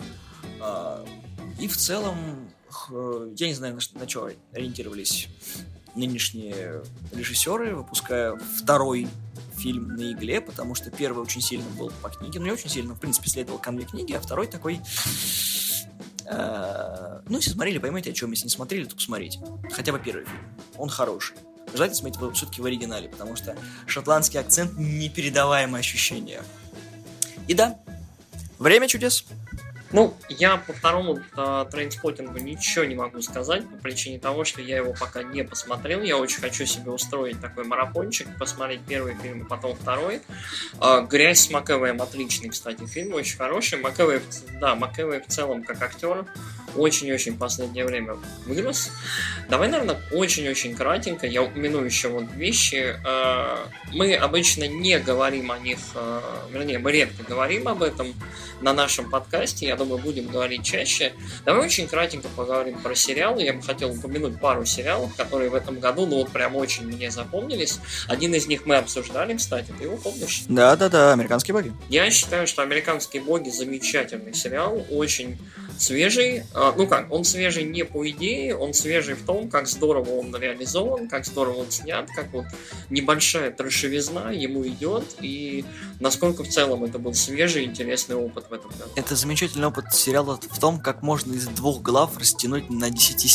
И в целом, я не знаю, на что ориентировались нынешние режиссеры, выпуская второй фильм «На игле», потому что первый очень сильно был по книге, не очень сильно, в принципе, следовал канве книги, а второй такой... если смотрели, поймете, о чем. Если не смотрели, то посмотрите. Хотя бы первый фильм. Он хороший. Желательно смотреть его все-таки в оригинале, потому что шотландский акцент — непередаваемое ощущение. И да, время чудес. Я по второму «Трейнспоттингу» ничего не могу сказать, по причине того, что я его пока не посмотрел. Я очень хочу себе устроить такой марафончик, посмотреть первый фильм и потом второй. «Грязь» с МакЭвоем отличный, кстати, фильм, очень хороший. МакЭвой в целом, как актер, очень-очень в последнее время вырос. Давай, наверное, очень-очень кратенько я упомяну еще вещи. Мы обычно не говорим о них, вернее, мы редко говорим об этом на нашем подкасте. Я думаю, будем говорить чаще. Давай очень кратенько поговорим про сериалы. Я бы хотел упомянуть пару сериалов, которые в этом году, прям очень мне запомнились. Один из них мы обсуждали, кстати, ты его помнишь? Да, «Американские боги». Я считаю, что «Американские боги» замечательный сериал, очень свежий. Он свежий не по идее, он свежий в том, как здорово он реализован, как здорово он снят, как небольшая трэшевизна ему идет, и насколько в целом это был свежий, интересный опыт в этом году. Это замечательный опыт сериала в том, как можно из 2 глав растянуть на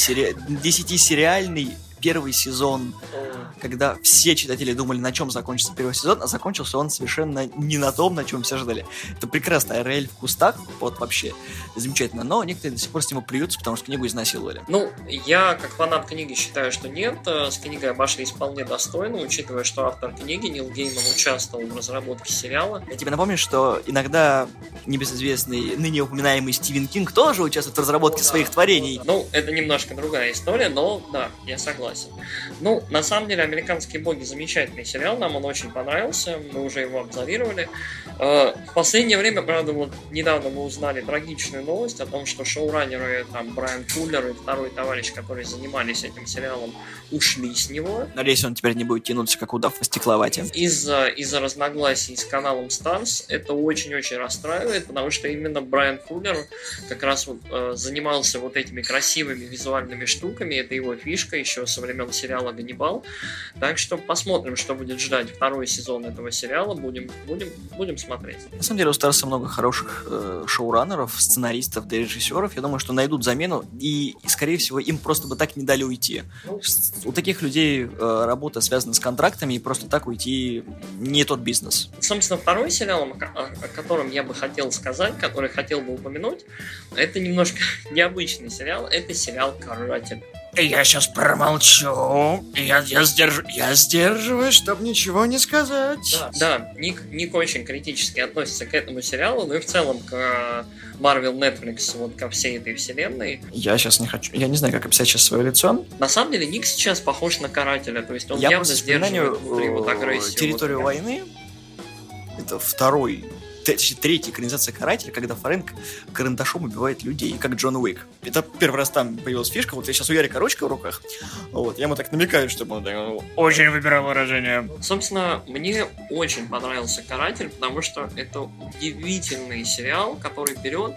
10-сериальный первый сезон, когда все читатели думали, на чем закончится первый сезон, а закончился он совершенно не на том, на чем все ждали. Это прекрасно, Ариэль в кустах, вообще замечательно, но некоторые до сих пор с него плюются, потому что книгу изнасиловали. Я, как фанат книги, считаю, что нет, с книгой обошлись вполне достойно, учитывая, что автор книги Нил Гейман участвовал в разработке сериала. Я тебе напомню, что иногда небезызвестный, ныне упоминаемый Стивен Кинг тоже участвует в разработке своих творений. Это немножко другая история, но да, я согласен. На самом деле, «Американские боги» замечательный сериал, нам он очень понравился, мы уже его обзорировали. В последнее время, правда, недавно мы узнали трагичную новость о том, что шоураннеры, Брайан Фуллер и второй товарищ, которые занимались этим сериалом, ушли с него. Надеюсь, он теперь не будет тянуться, как удав по стекловате. Из-за разногласий с каналом Starz это очень-очень расстраивает, потому что именно Брайан Фуллер как раз занимался этими красивыми визуальными штуками, это его фишка еще со времен сериала «Ганнибал». Так что посмотрим, что будет ждать второй сезон этого сериала, будем смотреть. На самом деле у Старса много хороших шоураннеров, сценаристов, да и режиссеров. Я думаю, что найдут замену, и скорее всего, им просто бы так не дали уйти. У таких людей работа связана с контрактами, и просто так уйти не тот бизнес. Собственно, второй сериал, о котором я бы хотел сказать, который хотел бы упомянуть, это немножко необычный сериал, это сериал «Каратель». Я сейчас промолчу. Я сдерживаюсь, чтобы ничего не сказать. Да, Ник очень критически относится к этому сериалу, ну и в целом к Marvel Netflix, вот ко всей этой вселенной. Я сейчас не хочу. Я не знаю, как описать сейчас свое лицо. На самом деле Ник сейчас похож на карателя, то есть он явно сдерживает внутри вот агрессию. Территорию войны. Это третья экранизация карателя, когда Фрэнк карандашом убивает людей, как Джон Уик. Это первый раз там появилась фишка. Вот я сейчас у Ярика ручка в руках. Вот, я ему так намекаю, чтобы он очень выбирал выражение. Собственно, мне очень понравился «Каратель», потому что это удивительный сериал, который берет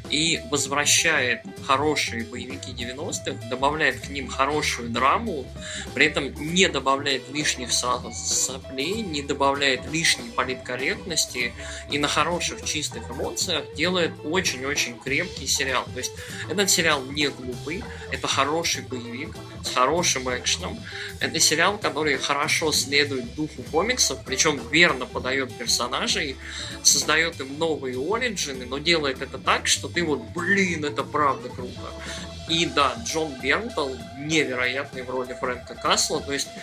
и возвращает хорошие боевики 90-х, добавляет к ним хорошую драму, при этом не добавляет лишних соплей, не добавляет лишней политкорректности и на хороших, чистых эмоциях делает очень-очень крепкий сериал. То есть этот сериал не глупый, это хороший боевик с хорошим экшеном. Это сериал, который хорошо следует духу комиксов, причем верно подает персонажей, создает им новые оригины, но делает это так, что ты вот, блин, это правда круто. И да, Джон Бернтл невероятный в роли Фрэнка Касла. То есть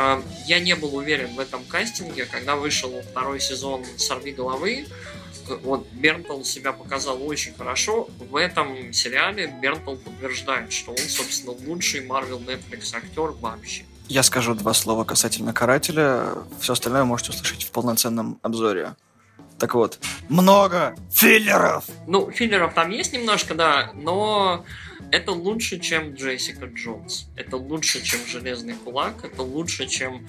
я не был уверен в этом кастинге, когда вышел второй сезон «Сорвиголовы». Вот Бернтл себя показал очень хорошо. В этом сериале Бернтл подтверждает, что он, собственно, лучший Marvel Netflix актер вообще. Я скажу два слова касательно «Карателя». Все остальное можете услышать в полноценном обзоре. Так вот, много филлеров! Ну, филлеров там есть немножко, да, но это лучше, чем Джессика Джонс. Это лучше, чем Железный кулак. Это лучше, чем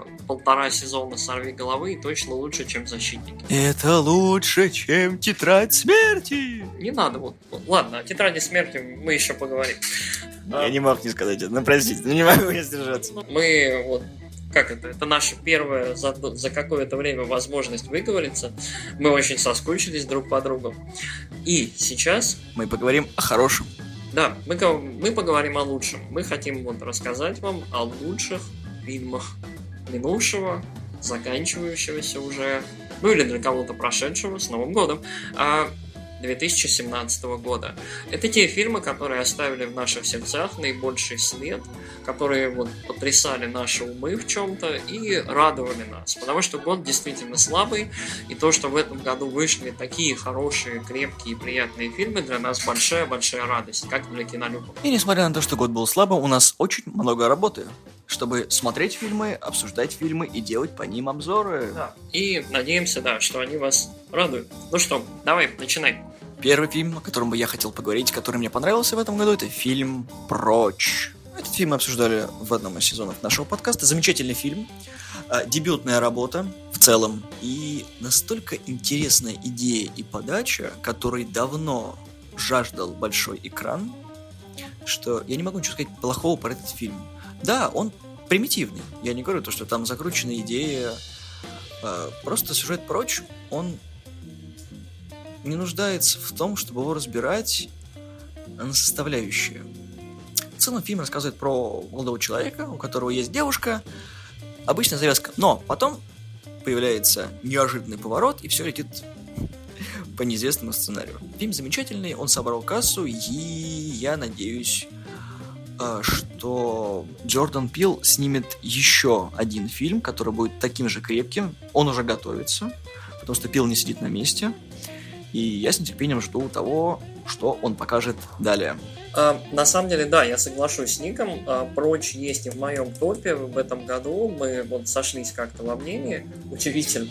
1,5 сезона «Сорвиголовы», и точно лучше, чем «Защитники». Это лучше, чем «Тетрадь смерти». Не надо, вот. Ладно, о «Тетради смерти» мы еще поговорим. Я не мог не сказать это, ну простите, не могу я сдержаться. Мы вот... Как это? Это наша первая за какое-то время возможность выговориться. Мы очень соскучились друг по другу. И сейчас... Мы поговорим о хорошем. Да, мы поговорим о лучшем. Мы хотим вот рассказать вам о лучших фильмах минувшего, заканчивающегося уже, ну или для кого-то прошедшего, с Новым годом, 2017 года. Это те фильмы, которые оставили в наших сердцах наибольший след, которые вот потрясали наши умы в чем-то и радовали нас. Потому что год действительно слабый, и то, что в этом году вышли такие хорошие, крепкие и приятные фильмы, для нас большая-большая радость, как для кинолюбов. И несмотря на то, что год был слабым, у нас очень много работы, чтобы смотреть фильмы, обсуждать фильмы и делать по ним обзоры. Да. И надеемся, да, что они вас радуют. Ну что, давай, начинай. Первый фильм, о котором бы я хотел поговорить, который мне понравился в этом году, это фильм «Прочь». Этот фильм мы обсуждали в одном из сезонов нашего подкаста. Замечательный фильм, дебютная работа в целом и настолько интересная идея и подача, которой давно жаждал большой экран, что я не могу ничего сказать плохого про этот фильм. Да, он примитивный. Я не говорю то, что там закрученная идея. Просто сюжет «Прочь», он не нуждается в том, чтобы его разбирать на составляющие. В целом фильм рассказывает про молодого человека, у которого есть девушка, обычная завязка, но потом появляется неожиданный поворот, и все летит по неизвестному сценарию. Фильм замечательный, он собрал кассу, и я надеюсь, что Джордан Пил снимет еще один фильм, который будет таким же крепким. Он уже готовится, потому что Пил не сидит на месте. И я с нетерпением жду того, что он покажет далее. На самом деле, да, я соглашусь с Ником. «Прочь» есть и в моем топе в этом году. Мы вот сошлись как-то во мнении. Удивительно.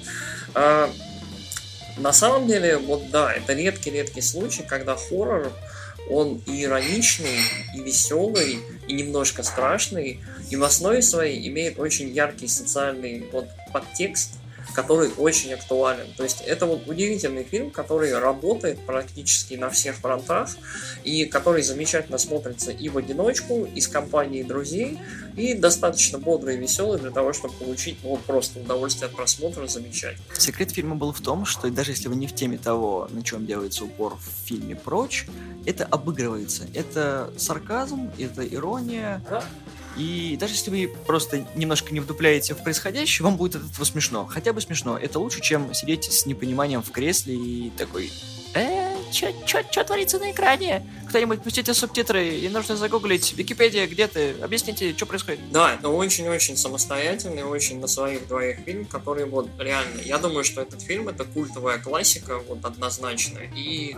На самом деле, вот да, это редкий случай, когда хоррор, он и ироничный, и веселый, и немножко страшный, и в основе своей имеет очень яркий социальный вот подтекст, который очень актуален. То есть это вот удивительный фильм, который работает практически на всех фронтах, и который замечательно смотрится и в одиночку, и с компанией друзей, и достаточно бодрый и веселый для того, чтобы получить вот просто удовольствие от просмотра. Замечательно. Секрет фильма был в том, что даже если вы не в теме того, на чем делается упор в фильме «Прочь», это обыгрывается. Это сарказм, это ирония. Да. И даже если вы просто немножко не вдупляете в происходящее, вам будет от этого смешно. Хотя бы смешно. Это лучше, чем сидеть с непониманием в кресле и такой... Чё творится на экране? Кто-нибудь пустите субтитры, и нужно загуглить. Википедия, где ты? Объясните, что происходит? Да, это очень-очень самостоятельный, очень на своих двоих фильм, который вот реально... Я думаю, что этот фильм — это культовая классика, вот однозначно. И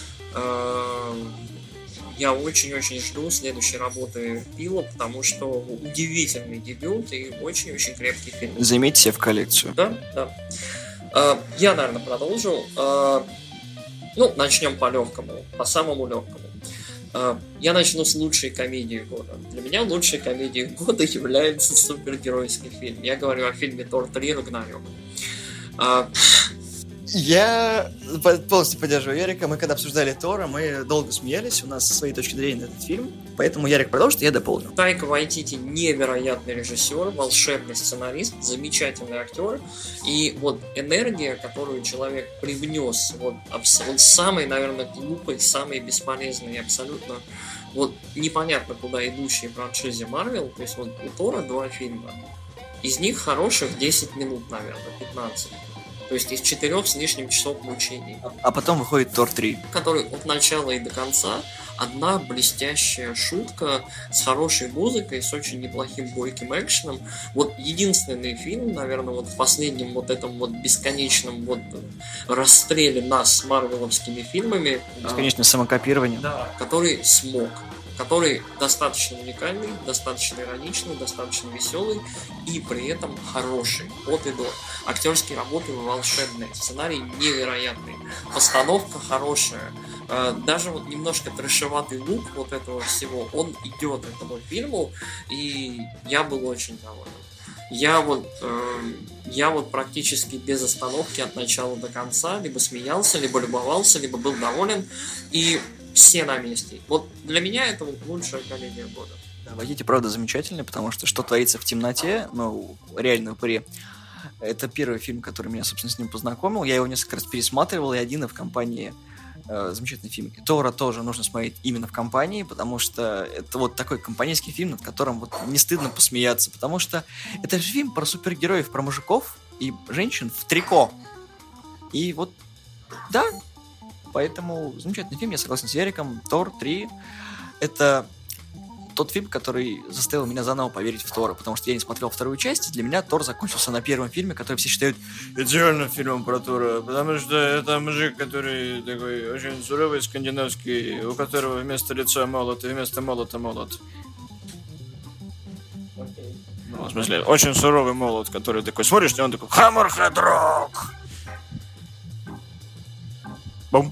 я очень-очень жду следующей работы Пила, потому что удивительный дебют и очень-очень крепкий фильм. Заметьте себе в коллекцию. Да. Я, наверное, продолжу. Начнем по легкому, по самому легкому. Я начну с лучшей комедии года. Для меня лучшей комедией года является супергеройский фильм. Я говорю о фильме «Тор 3. Рагнарёк». Я полностью поддерживаю Ярика. Мы когда обсуждали Тора, мы долго смеялись. У нас свои точки зрения на этот фильм. Поэтому Ярик продолжит, я дополню. Тайка Вайтити невероятный режиссер, волшебный сценарист, замечательный актер. И вот энергия, которую человек привнес, вот самый, наверное, глупый, самый бесполезный, абсолютно вот непонятно куда идущий франшизе Марвел. То есть вот у Тора 2 фильма. Из них хороших 10 минут, наверное, 15. То есть из 4 с лишним часов мучений. А потом выходит Тор 3. Который от начала и до конца одна блестящая шутка с хорошей музыкой, с очень неплохим бойким экшеном. Вот единственный фильм, наверное, вот в последнем вот этом вот бесконечном вот расстреле нас с марвеловскими фильмами. Бесконечное самокопирование. Да, который смог. Который достаточно уникальный, достаточно ироничный, достаточно веселый и при этом хороший от и до. Актерские работы волшебные, сценарий невероятный, постановка хорошая, даже вот немножко трэшеватый лук вот этого всего, он идет этому фильму, и я был очень доволен. Я вот практически без остановки от начала до конца либо смеялся, либо любовался, либо был доволен, и все на месте. Вот для меня это вот лучшая комедия года. Да, «Войдите», правда, замечательный, потому что «Что творится в темноте», реально упыри. Это первый фильм, который меня, собственно, с ним познакомил. Я его несколько раз пересматривал, и один, и в компании. Замечательный фильм. И Тора тоже нужно смотреть именно в компании, потому что это вот такой компанейский фильм, над которым вот не стыдно посмеяться, потому что это же фильм про супергероев, про мужиков и женщин в трико. И вот, да, поэтому замечательный фильм, я согласен с Яриком. «Тор 3» — это тот фильм, который заставил меня заново поверить в Тора, потому что я не смотрел вторую часть, и для меня Тор закончился на первом фильме, который все считают идеальным фильмом про Тора, потому что это мужик, который такой очень суровый, скандинавский, у которого вместо лица молот, и вместо молота молот. В смысле, очень суровый молот, который такой, смотришь, и он такой «Хаммер Хедрок!» Бум.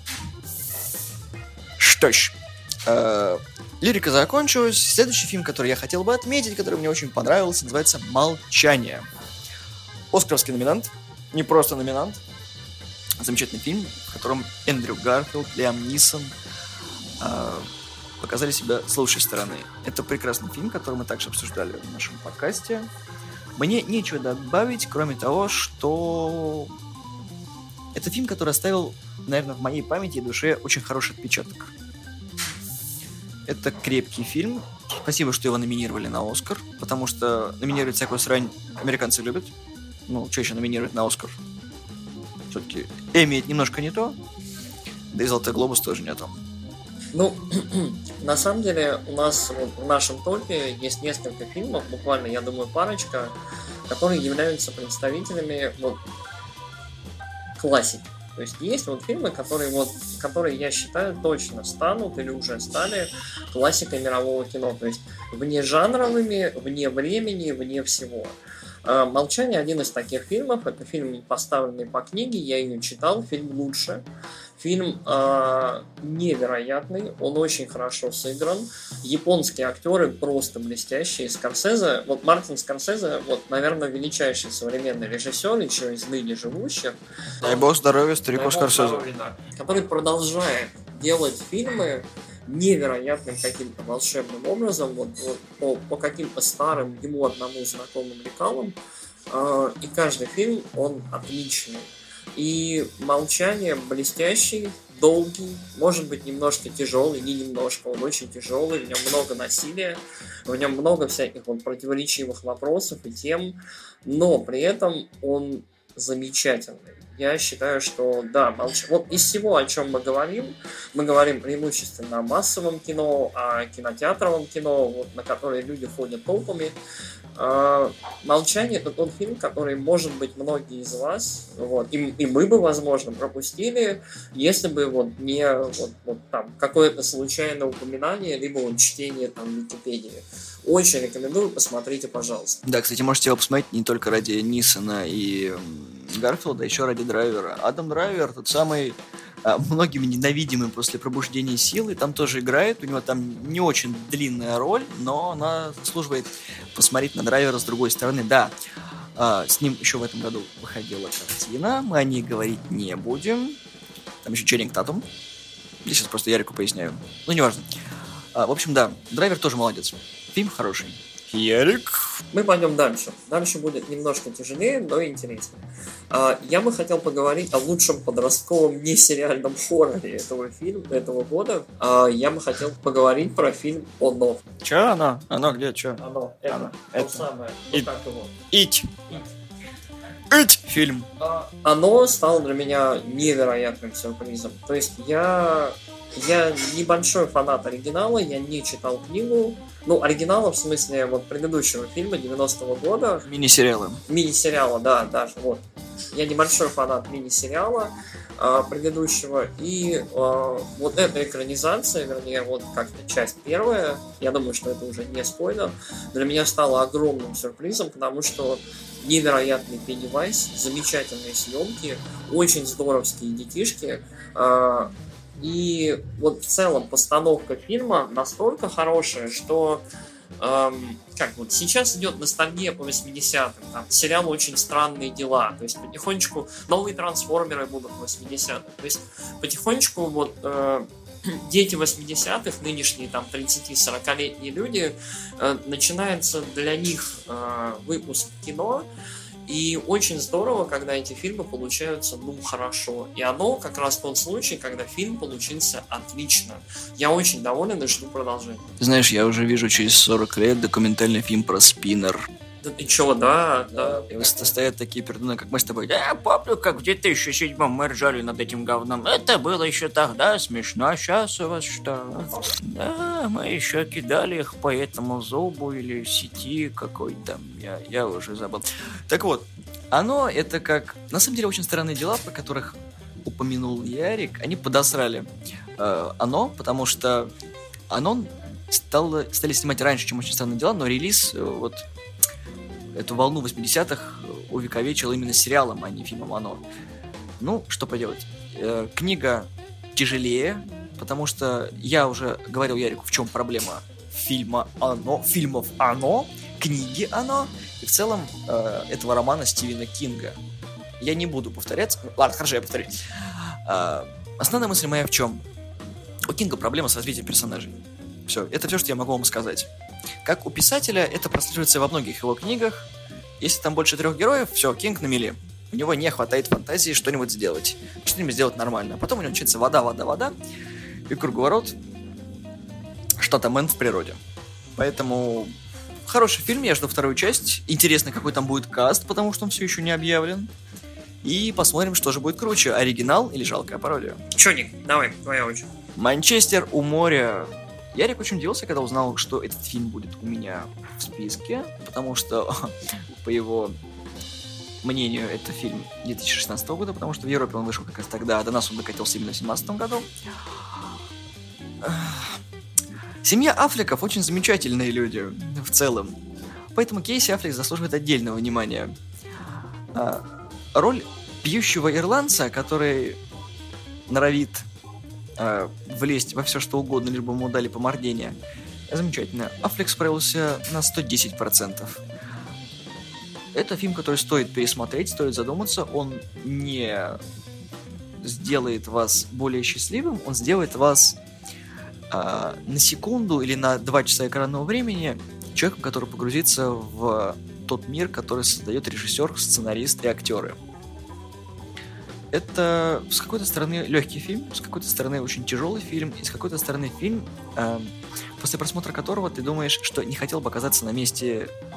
Что ж, лирика закончилась. Следующий фильм, который я хотел бы отметить, который мне очень понравился, называется «Молчание». Оскаровский номинант, не просто номинант. Замечательный фильм, в котором Эндрю Гарфилд, Лиам Нисон показали себя с лучшей стороны. Это прекрасный фильм, который мы также обсуждали в нашем подкасте. Мне нечего добавить, кроме того, что это фильм, который оставил, наверное, в моей памяти и душе очень хороший отпечаток. Это крепкий фильм. Спасибо, что его номинировали на Оскар, потому что номинировать всякую срань американцы любят. Что еще номинировать на Оскар? Все-таки Эмми это немножко не то, да и Золотой глобус тоже не то. На самом деле у нас в нашем топе есть несколько фильмов, буквально, я думаю, парочка, которые являются представителями классики. То есть есть фильмы, которые, я считаю, точно станут или уже стали классикой мирового кино. То есть внежанровыми, вне времени, вне всего. «Молчание» — один из таких фильмов. Это фильм, поставленный по книге, я ее читал, фильм лучше. Фильм невероятный, он очень хорошо сыгран. Японские актеры просто блестящие. Скорсезе, Мартин Скорсезе, наверное, величайший современный режиссер, еще из ныне живущих. Дай бог здоровья старику Скорсезе. Который продолжает делать фильмы невероятным каким-то волшебным образом, по каким-то старым, ему одному знакомым лекалам. И каждый фильм, он отличный. И «Молчание» блестящий, долгий, может быть, немножко тяжелый, не немножко, он очень тяжелый, в нем много насилия, в нем много всяких противоречивых вопросов и тем, но при этом он замечательный. я считаю, что да, вот из всего, о чем мы говорим преимущественно о массовом кино, о кинотеатровом кино, вот, на которое люди ходят толпами. «Молчание» — это тот фильм, который, может быть, многие из вас, вот, и мы бы, возможно, пропустили, если бы вот не вот там какое-то случайное упоминание, либо вот чтение там в Википедии. Очень рекомендую, посмотрите, пожалуйста. Да, кстати, можете его посмотреть не только ради Нисона и Гарфилда, еще ради Драйвера. Адам Драйвер, тот самый многими ненавидимый после пробуждения силы, там тоже играет, у него там не очень длинная роль, но она заслуживает посмотреть на Драйвера с другой стороны. Да, с ним еще в этом году выходила картина, мы о ней говорить не будем. Там еще Ченнинг Татум. Я сейчас просто Ярику поясняю. Ну, неважно. В общем, да, Драйвер тоже молодец. Фильм хороший. Ярик. Мы пойдем дальше. Дальше будет немножко тяжелее, но интереснее. Я бы хотел поговорить о лучшем подростковом несериальном хорроре этого года. Я бы хотел поговорить про фильм «Оно». Че оно? Оно где? Че? Оно. Это. То самое. Как его? Ить. Фильм. Оно стало для меня невероятным сюрпризом. То есть я небольшой фанат оригинала, я не читал книгу. Ну, оригинала, в смысле, вот предыдущего фильма 90-го года. Мини-сериалы. Мини-сериала, да, даже, вот. Я небольшой фанат мини-сериала предыдущего. И вот эта экранизация, вернее, вот как-то часть первая, я думаю, что это уже не спойлер, для меня стала огромным сюрпризом, потому что невероятный Пеннивайз, замечательные съемки, очень здоровские детишки. И вот в целом постановка фильма настолько хорошая, что как вот сейчас идет ностальгия по 80-м, там сериал «Очень странные дела», то есть потихонечку новые трансформеры будут в 80-х, то есть потихонечку вот дети 80-х, нынешние там 30-40-летние люди, начинается для них выпуск кино. И очень здорово, когда эти фильмы получаются, хорошо. И оно как раз тот случай, когда фильм получился отлично. Я очень доволен и жду продолжения. Ты знаешь, я уже вижу через 40 лет документальный фильм про Спиннер. Да ты чё, да. И стоят такие пердуны, как мы с тобой. Я помню, как в 2007-м мы ржали над этим говном. Это было еще тогда смешно, а сейчас у вас что? Да, мы еще кидали их по этому зубу или сети какой-то. Я уже забыл. Так вот, оно это как... На самом деле очень странные дела, про которых упомянул Ярик. Они подосрали оно, потому что оно стали снимать раньше, чем «Очень странные дела», но релиз вот... Эту волну 80-х увековечил именно сериалом, а не фильмом «Оно». Ну, что поделать. Книга тяжелее, потому что я уже говорил Ярику, в чем проблема фильмов «Оно», книги «Оно» и в целом этого романа Стивена Кинга. Я не буду повторяться. Ладно, хорошо, я повторю. Основная мысль моя в чем? У Кинга проблема с развитием персонажей. Все, это все, что я могу вам сказать. Как у писателя, это прослеживается во многих его книгах. Если там больше 3 героев, все, Кинг на мели. У него не хватает фантазии что-нибудь сделать. Что-нибудь сделать нормально. Потом у него начинается вода. И круговорот что-то мэн в природе. Поэтому хороший фильм, я жду вторую часть. Интересно, какой там будет каст, потому что он все еще не объявлен. И посмотрим, что же будет круче, оригинал или жалкая пародия. Чё, Ник, давай, твоя очередь. «Манчестер у моря». Ярик очень удивился, когда узнал, что этот фильм будет у меня в списке, потому что, по его мнению, это фильм 2016 года, потому что в Европе он вышел как раз тогда, а до нас он докатился именно в 2017 году. Семья Аффлеков очень замечательные люди в целом, поэтому Кейси Аффлек заслуживает отдельного внимания. Роль пьющего ирландца, который норовит влезть во все что угодно, лишь бы ему дали по мордению. Замечательно. Аффлек справился на 110%. Это фильм, который стоит пересмотреть, стоит задуматься. Он не сделает вас более счастливым, он сделает вас на секунду или на 2 часа экранного времени человеком, который погрузится в тот мир, который создает режиссер, сценарист и актеры. Это, с какой-то стороны, легкий фильм, с какой-то стороны, очень тяжелый фильм, и с какой-то стороны фильм, после просмотра которого ты думаешь, что не хотел бы оказаться на месте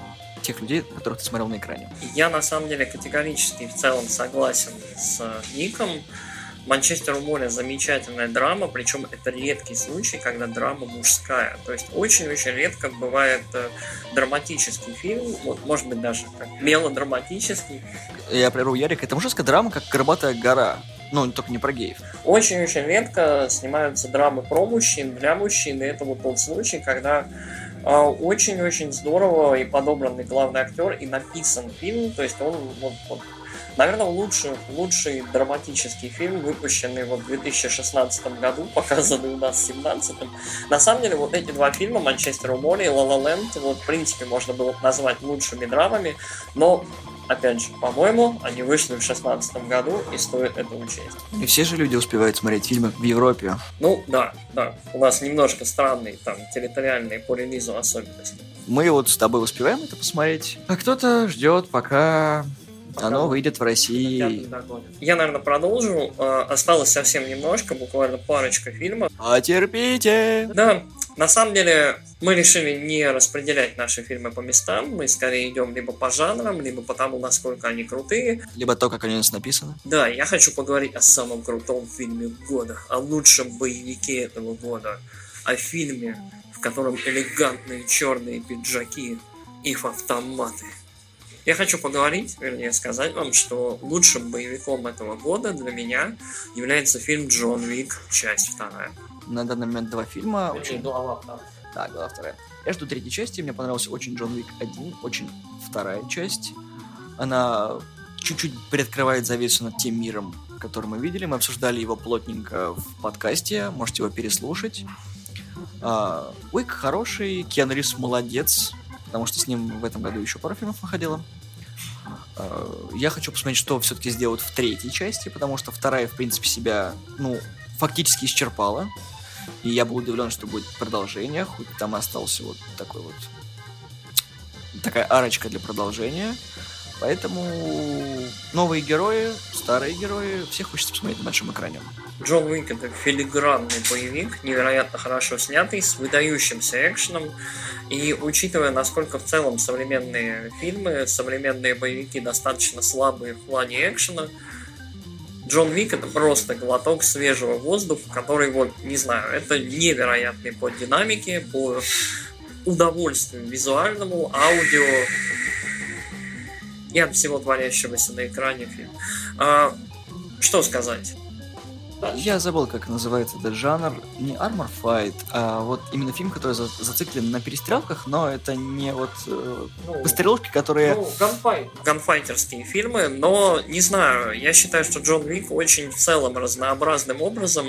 тех людей, которых ты смотрел на экране. Я на самом деле категорически в целом согласен с Ником. «Манчестер у моря» замечательная драма, причем это редкий случай, когда драма мужская. То есть очень-очень редко бывает драматический фильм, вот, может быть даже как мелодраматический. Я прерву Ярика, это мужская драма, как «Горбатая гора». Ну, только не про геев. Очень-очень редко снимаются драмы про мужчин, для мужчин, и это вот тот случай, когда очень-очень здорово и подобранный главный актер, и написан фильм, то есть он наверное, лучший драматический фильм, выпущенный в 2016 году, показанный у нас в 2017. На самом деле, вот эти два фильма, «Манчестер у моря» и «Ла Ла Ленд», вот, в принципе, можно было назвать лучшими драмами, но, опять же, по-моему, они вышли в 2016 году, и стоит это учесть. Не все же люди успевают смотреть фильмы в Европе. Ну, да. У нас немножко странные там территориальные по релизу особенности. Мы вот с тобой успеваем это посмотреть, а кто-то ждет, пока оно выйдет в России. Я, наверное, продолжу. Осталось совсем немножко, буквально парочка фильмов. Потерпите! Да, на самом деле мы решили не распределять наши фильмы по местам. Мы скорее идем либо по жанрам, либо по тому, насколько они крутые. Либо то, как они у нас написаны. Да, я хочу поговорить о самом крутом фильме года, о лучшем боевике этого года, о фильме, в котором элегантные черные пиджаки и автоматы. Я хочу поговорить, вернее сказать вам, что лучшим боевиком этого года для меня является фильм «Джон Уик. Часть 2». На данный момент два фильма. Глава 2. Да, глава 2. Я жду третьей части. Мне понравился очень «Джон Уик 1», очень вторая часть. Она чуть-чуть приоткрывает завесу над тем миром, который мы видели. Мы обсуждали его плотненько в подкасте. Можете его переслушать. Уик хороший, Киану Ривз молодец, потому что с ним в этом году еще пару фильмов выходило. Я хочу посмотреть, что все-таки сделают в третьей части, потому что вторая, в принципе, себя, фактически исчерпала. И я был удивлен, что будет продолжение, хоть там остался вот такой вот... такая арочка для продолжения. Поэтому новые герои, старые герои, всех хочется посмотреть на большом экране. Джон Уик — это филигранный боевик, невероятно хорошо снятый, с выдающимся экшеном. И учитывая, насколько в целом современные фильмы, современные боевики достаточно слабые в плане экшена, Джон Уик — это просто глоток свежего воздуха, который, не знаю, это невероятный по динамике, по удовольствию визуальному, аудио и от всего творящегося на экране фильм. Что сказать? Я забыл, как называется этот жанр. Не Armor Fight, а вот именно фильм, который зациклен на перестрелках, но это не пострелки, которые... Ганфайтерские фильмы, но, не знаю, я считаю, что Джон Уик очень в целом разнообразным образом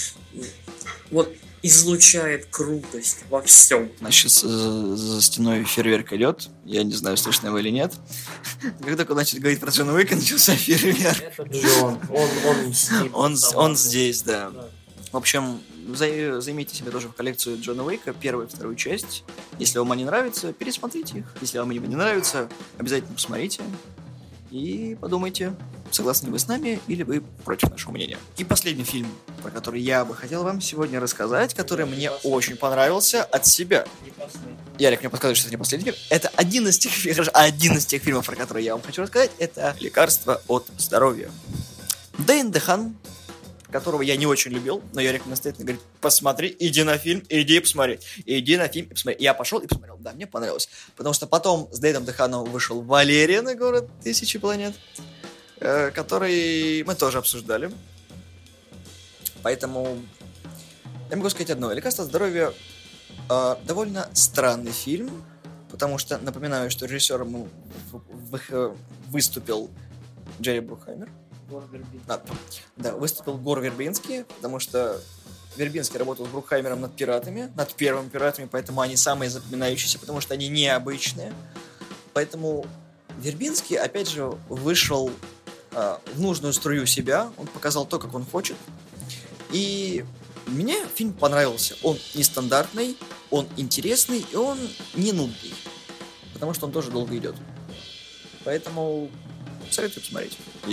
излучает крутость во всем. Значит, за стеной фейерверк идет. Я не знаю, слышно его или нет. Как только он начал говорить про Джона Уика, начался фейерверк. Это Джон. Он здесь, да. В общем, займите себе тоже в коллекцию Джона Уика, первую и вторую часть. Если вам они нравятся, пересмотрите их. Если вам они не нравятся, обязательно посмотрите. И подумайте, согласны ли вы с нами, или вы против нашего мнения. И последний фильм, про который я бы хотел вам сегодня рассказать, который мне очень понравился от себя. Ярик мне подсказывает, что это не последний фильм. Это один из тех фильмов, про которые я вам хочу рассказать. Это «Лекарство от здоровья». Дэйн Дехан, которого я не очень любил, но Ярик настоятельно говорит: посмотри, иди на фильм, иди посмотри. Иди на фильм и посмотри. Я пошел и посмотрел. Да, мне понравилось. Потому что потом с Дэйном Деханом вышел «Валериан и город тысячи планет», который мы тоже обсуждали. Поэтому я могу сказать одно. «Лекарство от здоровья» довольно странный фильм, потому что, напоминаю, что режиссером выступил Джерри Брукхаймер. Выступил Гор Вербинский, потому что Вербинский работал с Брукхаймером над первыми пиратами, поэтому они самые запоминающиеся, потому что они необычные. Поэтому Вербинский, опять же, вышел в нужную струю себя, он показал то, как он хочет. И мне фильм понравился. Он нестандартный, он интересный, и он не нудный, потому что он тоже долго идет. Поэтому советую посмотреть. Ярик.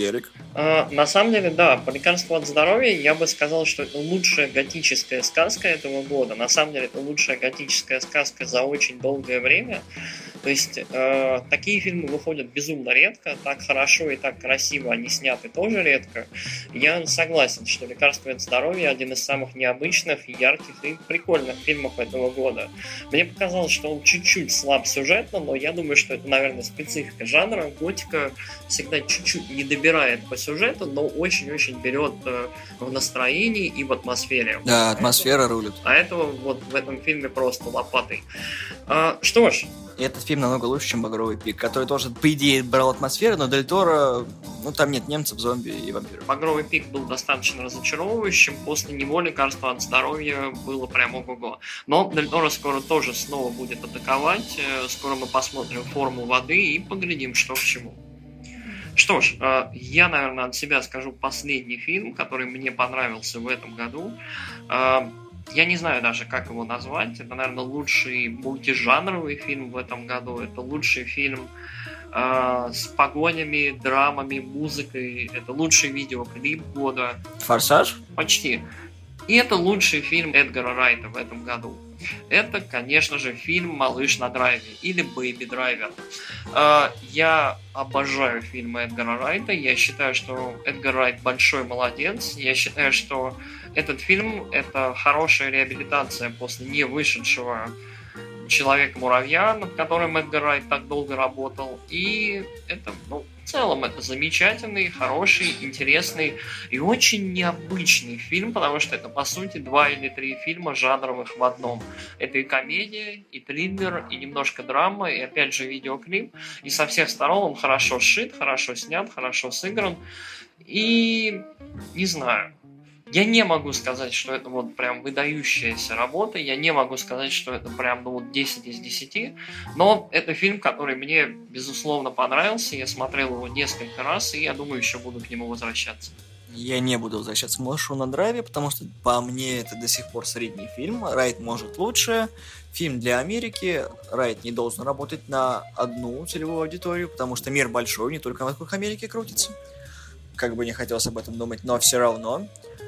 На самом деле, да, по лекарству от здоровья я бы сказал, что это лучшая готическая сказка этого года. На самом деле, это лучшая готическая сказка за очень долгое время. То есть, такие фильмы выходят безумно редко, так хорошо и так красиво они сняты тоже редко. Я согласен, что «Лекарство от здоровья» один из самых необычных, ярких и прикольных фильмов этого года. Мне показалось, что он чуть-чуть слаб сюжетно, но я думаю, что это, наверное, специфика жанра. Готика всегда чуть-чуть не добирает по сюжету, но очень-очень берет в настроении и в атмосфере. Да, атмосфера рулит. А этого вот в этом фильме просто лопатой. Что ж, и этот фильм намного лучше, чем «Багровый пик», который тоже, по идее, брал атмосферу, но Дель Торо, ну, там нет немцев, зомби и вампиров. «Багровый пик» был достаточно разочаровывающим, после него «Лекарство от здоровья» было прям ого-го. Но Дель Торо скоро тоже снова будет атаковать, скоро мы посмотрим «Форму воды» и поглядим, что к чему. Что ж, я, наверное, от себя скажу последний фильм, который мне понравился в этом году. Я не знаю даже, как его назвать. Это, наверное, лучший мультижанровый фильм в этом году. Это лучший фильм с погонями, драмами, музыкой. Это лучший видеоклип года. «Форсаж»? Почти. И это лучший фильм Эдгара Райта в этом году. Это, конечно же, фильм «Малыш на драйве» или «Бэйби Драйвер». Я обожаю фильмы Эдгара Райта. Я считаю, что Эдгар Райт большой молодец. Я считаю, что этот фильм – это хорошая реабилитация после не вышедшего «Человека-муравья», над которым Эдгар Райт так долго работал. И это, в целом, это замечательный, хороший, интересный и очень необычный фильм, потому что это, по сути, 2 или 3 фильма жанровых в одном. Это и комедия, и триллер, и немножко драма, и, опять же, видеоклип. И со всех сторон он хорошо сшит, хорошо снят, хорошо сыгран. И не знаю. Я не могу сказать, что это вот прям выдающаяся работа, я не могу сказать, что это прям 10 из 10, но это фильм, который мне, безусловно, понравился, я смотрел его несколько раз, и я думаю, еще буду к нему возвращаться. Я не буду возвращаться к «Малышу на драйве», потому что, по мне, это до сих пор средний фильм. Райт может лучше. Фильм для Америки. Райт не должен работать на одну целевую аудиторию, потому что мир большой, не только вокруг Америки крутится. Как бы не хотелось об этом думать, но все равно.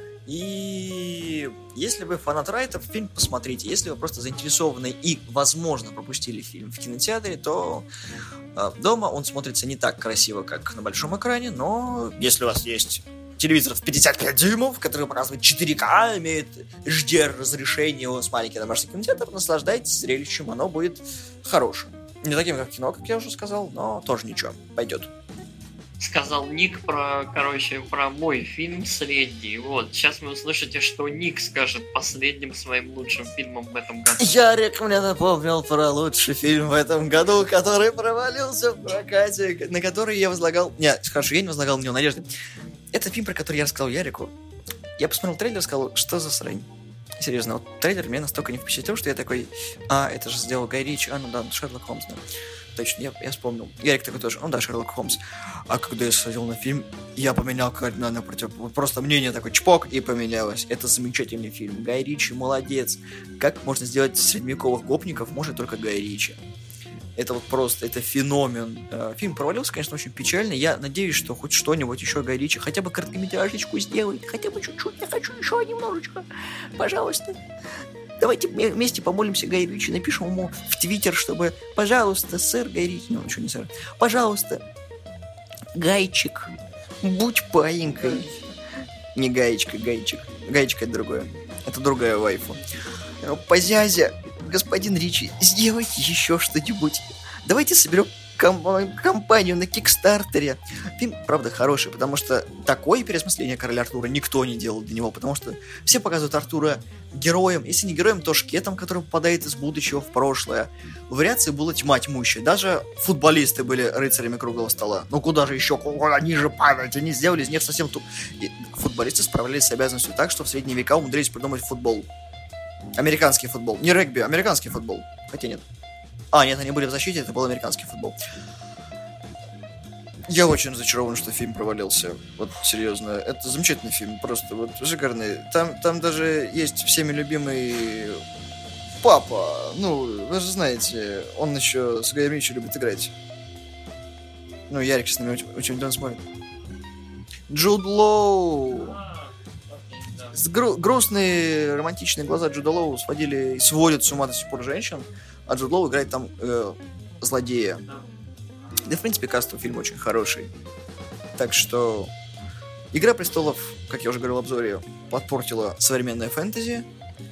И если вы фанат Райта, фильм посмотрите. Если вы просто заинтересованы и, возможно, пропустили фильм в кинотеатре, то дома он смотрится не так красиво, как на большом экране, но если у вас есть телевизор в 55 дюймов, который показывает 4К, имеет HDR разрешение, у вас маленький домашний кинотеатр, наслаждайтесь зрелищем, оно будет хорошим. Не таким, как кино, как я уже сказал, но тоже ничего, пойдет. Сказал Ник про мой фильм средний. Вот, сейчас вы услышите, что Ник скажет последним своим лучшим фильмом в этом году. Ярик мне напомнил про лучший фильм в этом году, который провалился в прокате, на который я возлагал... Нет, хорошо, я не возлагал на него надежды. Это фильм, про который я рассказал Ярику. Я посмотрел трейлер и сказал, что за срань. Серьезно, вот трейлер меня настолько не впечатлил, что я такой, это же сделал Гай Ричи, ну да, Шерлок Холмс, да. Точно, я вспомнил. Ярик такой тоже, да, Шерлок Холмс. А когда я сходил на фильм, я поменял кардинально просто мнение такой, чпок, и поменялось. Это замечательный фильм. Гай Ричи молодец. Как можно сделать средневековых гопников, может только Гай Ричи. Это вот просто, это феномен. Фильм провалился, конечно, очень печально. Я надеюсь, что хоть что-нибудь еще Гай Ричи, хотя бы короткометражечку сделает, хотя бы чуть-чуть, я хочу еще немножечко. Пожалуйста. Давайте вместе помолимся Гай Ричи, напишем ему в Твиттер, чтобы, пожалуйста, сэр Гай Ричи, ну, ничего не сэр, пожалуйста, Гайчик, будь паинькой. Не Гаечка, Гайчик. Гаечка — это другое. Это другая вайфу. Позязя, господин Ричи, сделайте еще что-нибудь. Давайте соберем компанию на Кикстартере. Фильм, правда, хороший, потому что такое переосмысление Короля Артура никто не делал для него, потому что все показывают Артура героем, если не героем, то шкетом, который попадает из будущего в прошлое. Вариаций было тьма тьмущая. Даже футболисты были рыцарями круглого стола. Ну куда же еще? Они же падают, они сделали из них совсем футболисты справлялись с обязанностью так, что в средние века умудрились придумать футбол. Американский футбол. Не регби, американский футбол. Хотя нет. Нет, они были в защите, это был американский футбол. Я очень разочарован, что фильм провалился. Вот, серьезно. Это замечательный фильм, просто вот шикарный. Там даже есть всеми любимый папа. Ну, вы же знаете, он еще с Гаем Ричи любит играть. Ну, Ярик с нами очень давно смотрит. Джуд Лоу. Грустные романтичные глаза Джуда Лоу сводят с ума до сих пор женщин, а Джуд Лоу играет там злодея. Да, в принципе, каст у фильма очень хороший. Так что «Игра престолов», как я уже говорил в обзоре, подпортила современное фэнтези.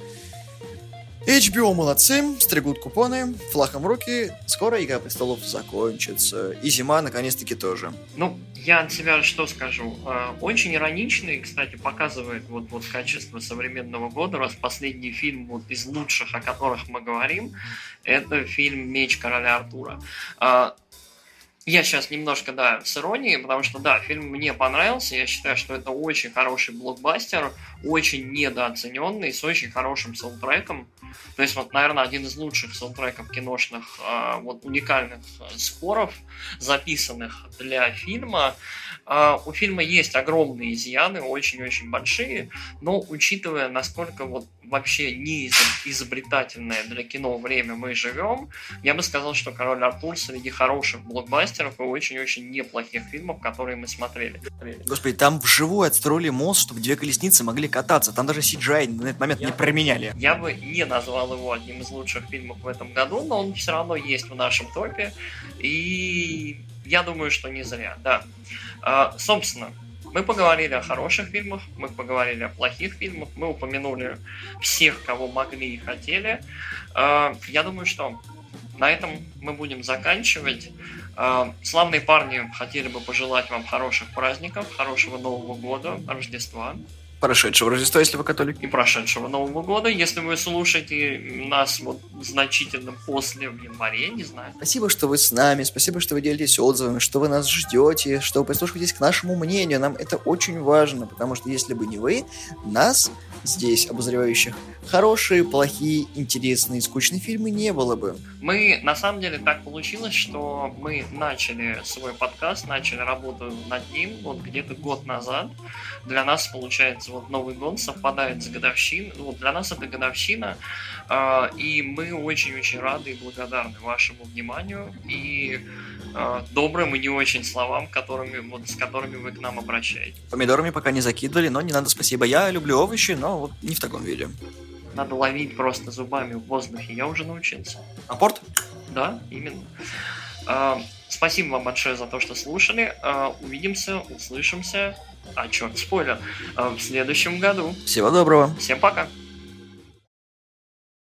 HBO молодцы, стригут купоны, флахом в руки. Скоро «Игра престолов» закончится. И зима, наконец-таки, тоже. Ну, я от себя что скажу? Очень ироничный, кстати, показывает вот качество современного года, раз последний фильм вот из лучших, о которых мы говорим, это фильм «Меч короля Артура». Я сейчас немножко, да, с иронией, потому что, да, фильм мне понравился, я считаю, что это очень хороший блокбастер, очень недооцененный, с очень хорошим саундтреком. То есть, вот, наверное, один из лучших саундтреков киношных, вот, уникальных скоров, записанных для фильма. У фильма есть огромные изъяны, очень-очень большие, но учитывая, насколько вот вообще неизобретательное для кино время мы живем, я бы сказал, что «Король Артур» среди хороших блокбастеров и очень-очень неплохих фильмов, которые мы смотрели. Господи, там вживую отстроили мост, чтобы две колесницы могли кататься. Там даже CGI на этот момент не применяли. Я бы не назвал его одним из лучших фильмов в этом году, но он все равно есть в нашем топе. И я думаю, что не зря, да. Собственно, мы поговорили о хороших фильмах, мы поговорили о плохих фильмах, мы упомянули всех, кого могли и хотели. Я думаю, что на этом мы будем заканчивать. Славные парни, хотели бы пожелать вам хороших праздников, хорошего Нового года, Рождества. Прошедшего Рождества, если вы католик. И прошедшего Нового года, если вы слушаете нас вот значительно после, в январе, не знаю. Спасибо, что вы с нами, спасибо, что вы делитесь отзывами, что вы нас ждете, что вы прислушиваетесь к нашему мнению. Нам это очень важно, потому что если бы не вы, нас здесь, обозревающих хорошие, плохие, интересные, скучные фильмы, не было бы. Мы, на самом деле, так получилось, что мы начали свой подкаст, начали работу над ним вот где-то год назад. Для нас, получается, вот Новый год совпадает с годовщиной. Вот для нас это годовщина, и мы очень-очень рады и благодарны вашему вниманию и добрым и не очень словам, с которыми вы к нам обращаетесь. Помидорами пока не закидывали, но не надо, спасибо. Я люблю овощи, но вот не в таком виде. Надо ловить просто зубами в воздухе, я уже научился. Апорт? Да, именно. Спасибо вам большое за то, что слушали. Увидимся, услышимся. Черт, спойлер. В следующем году. Всего доброго. Всем пока.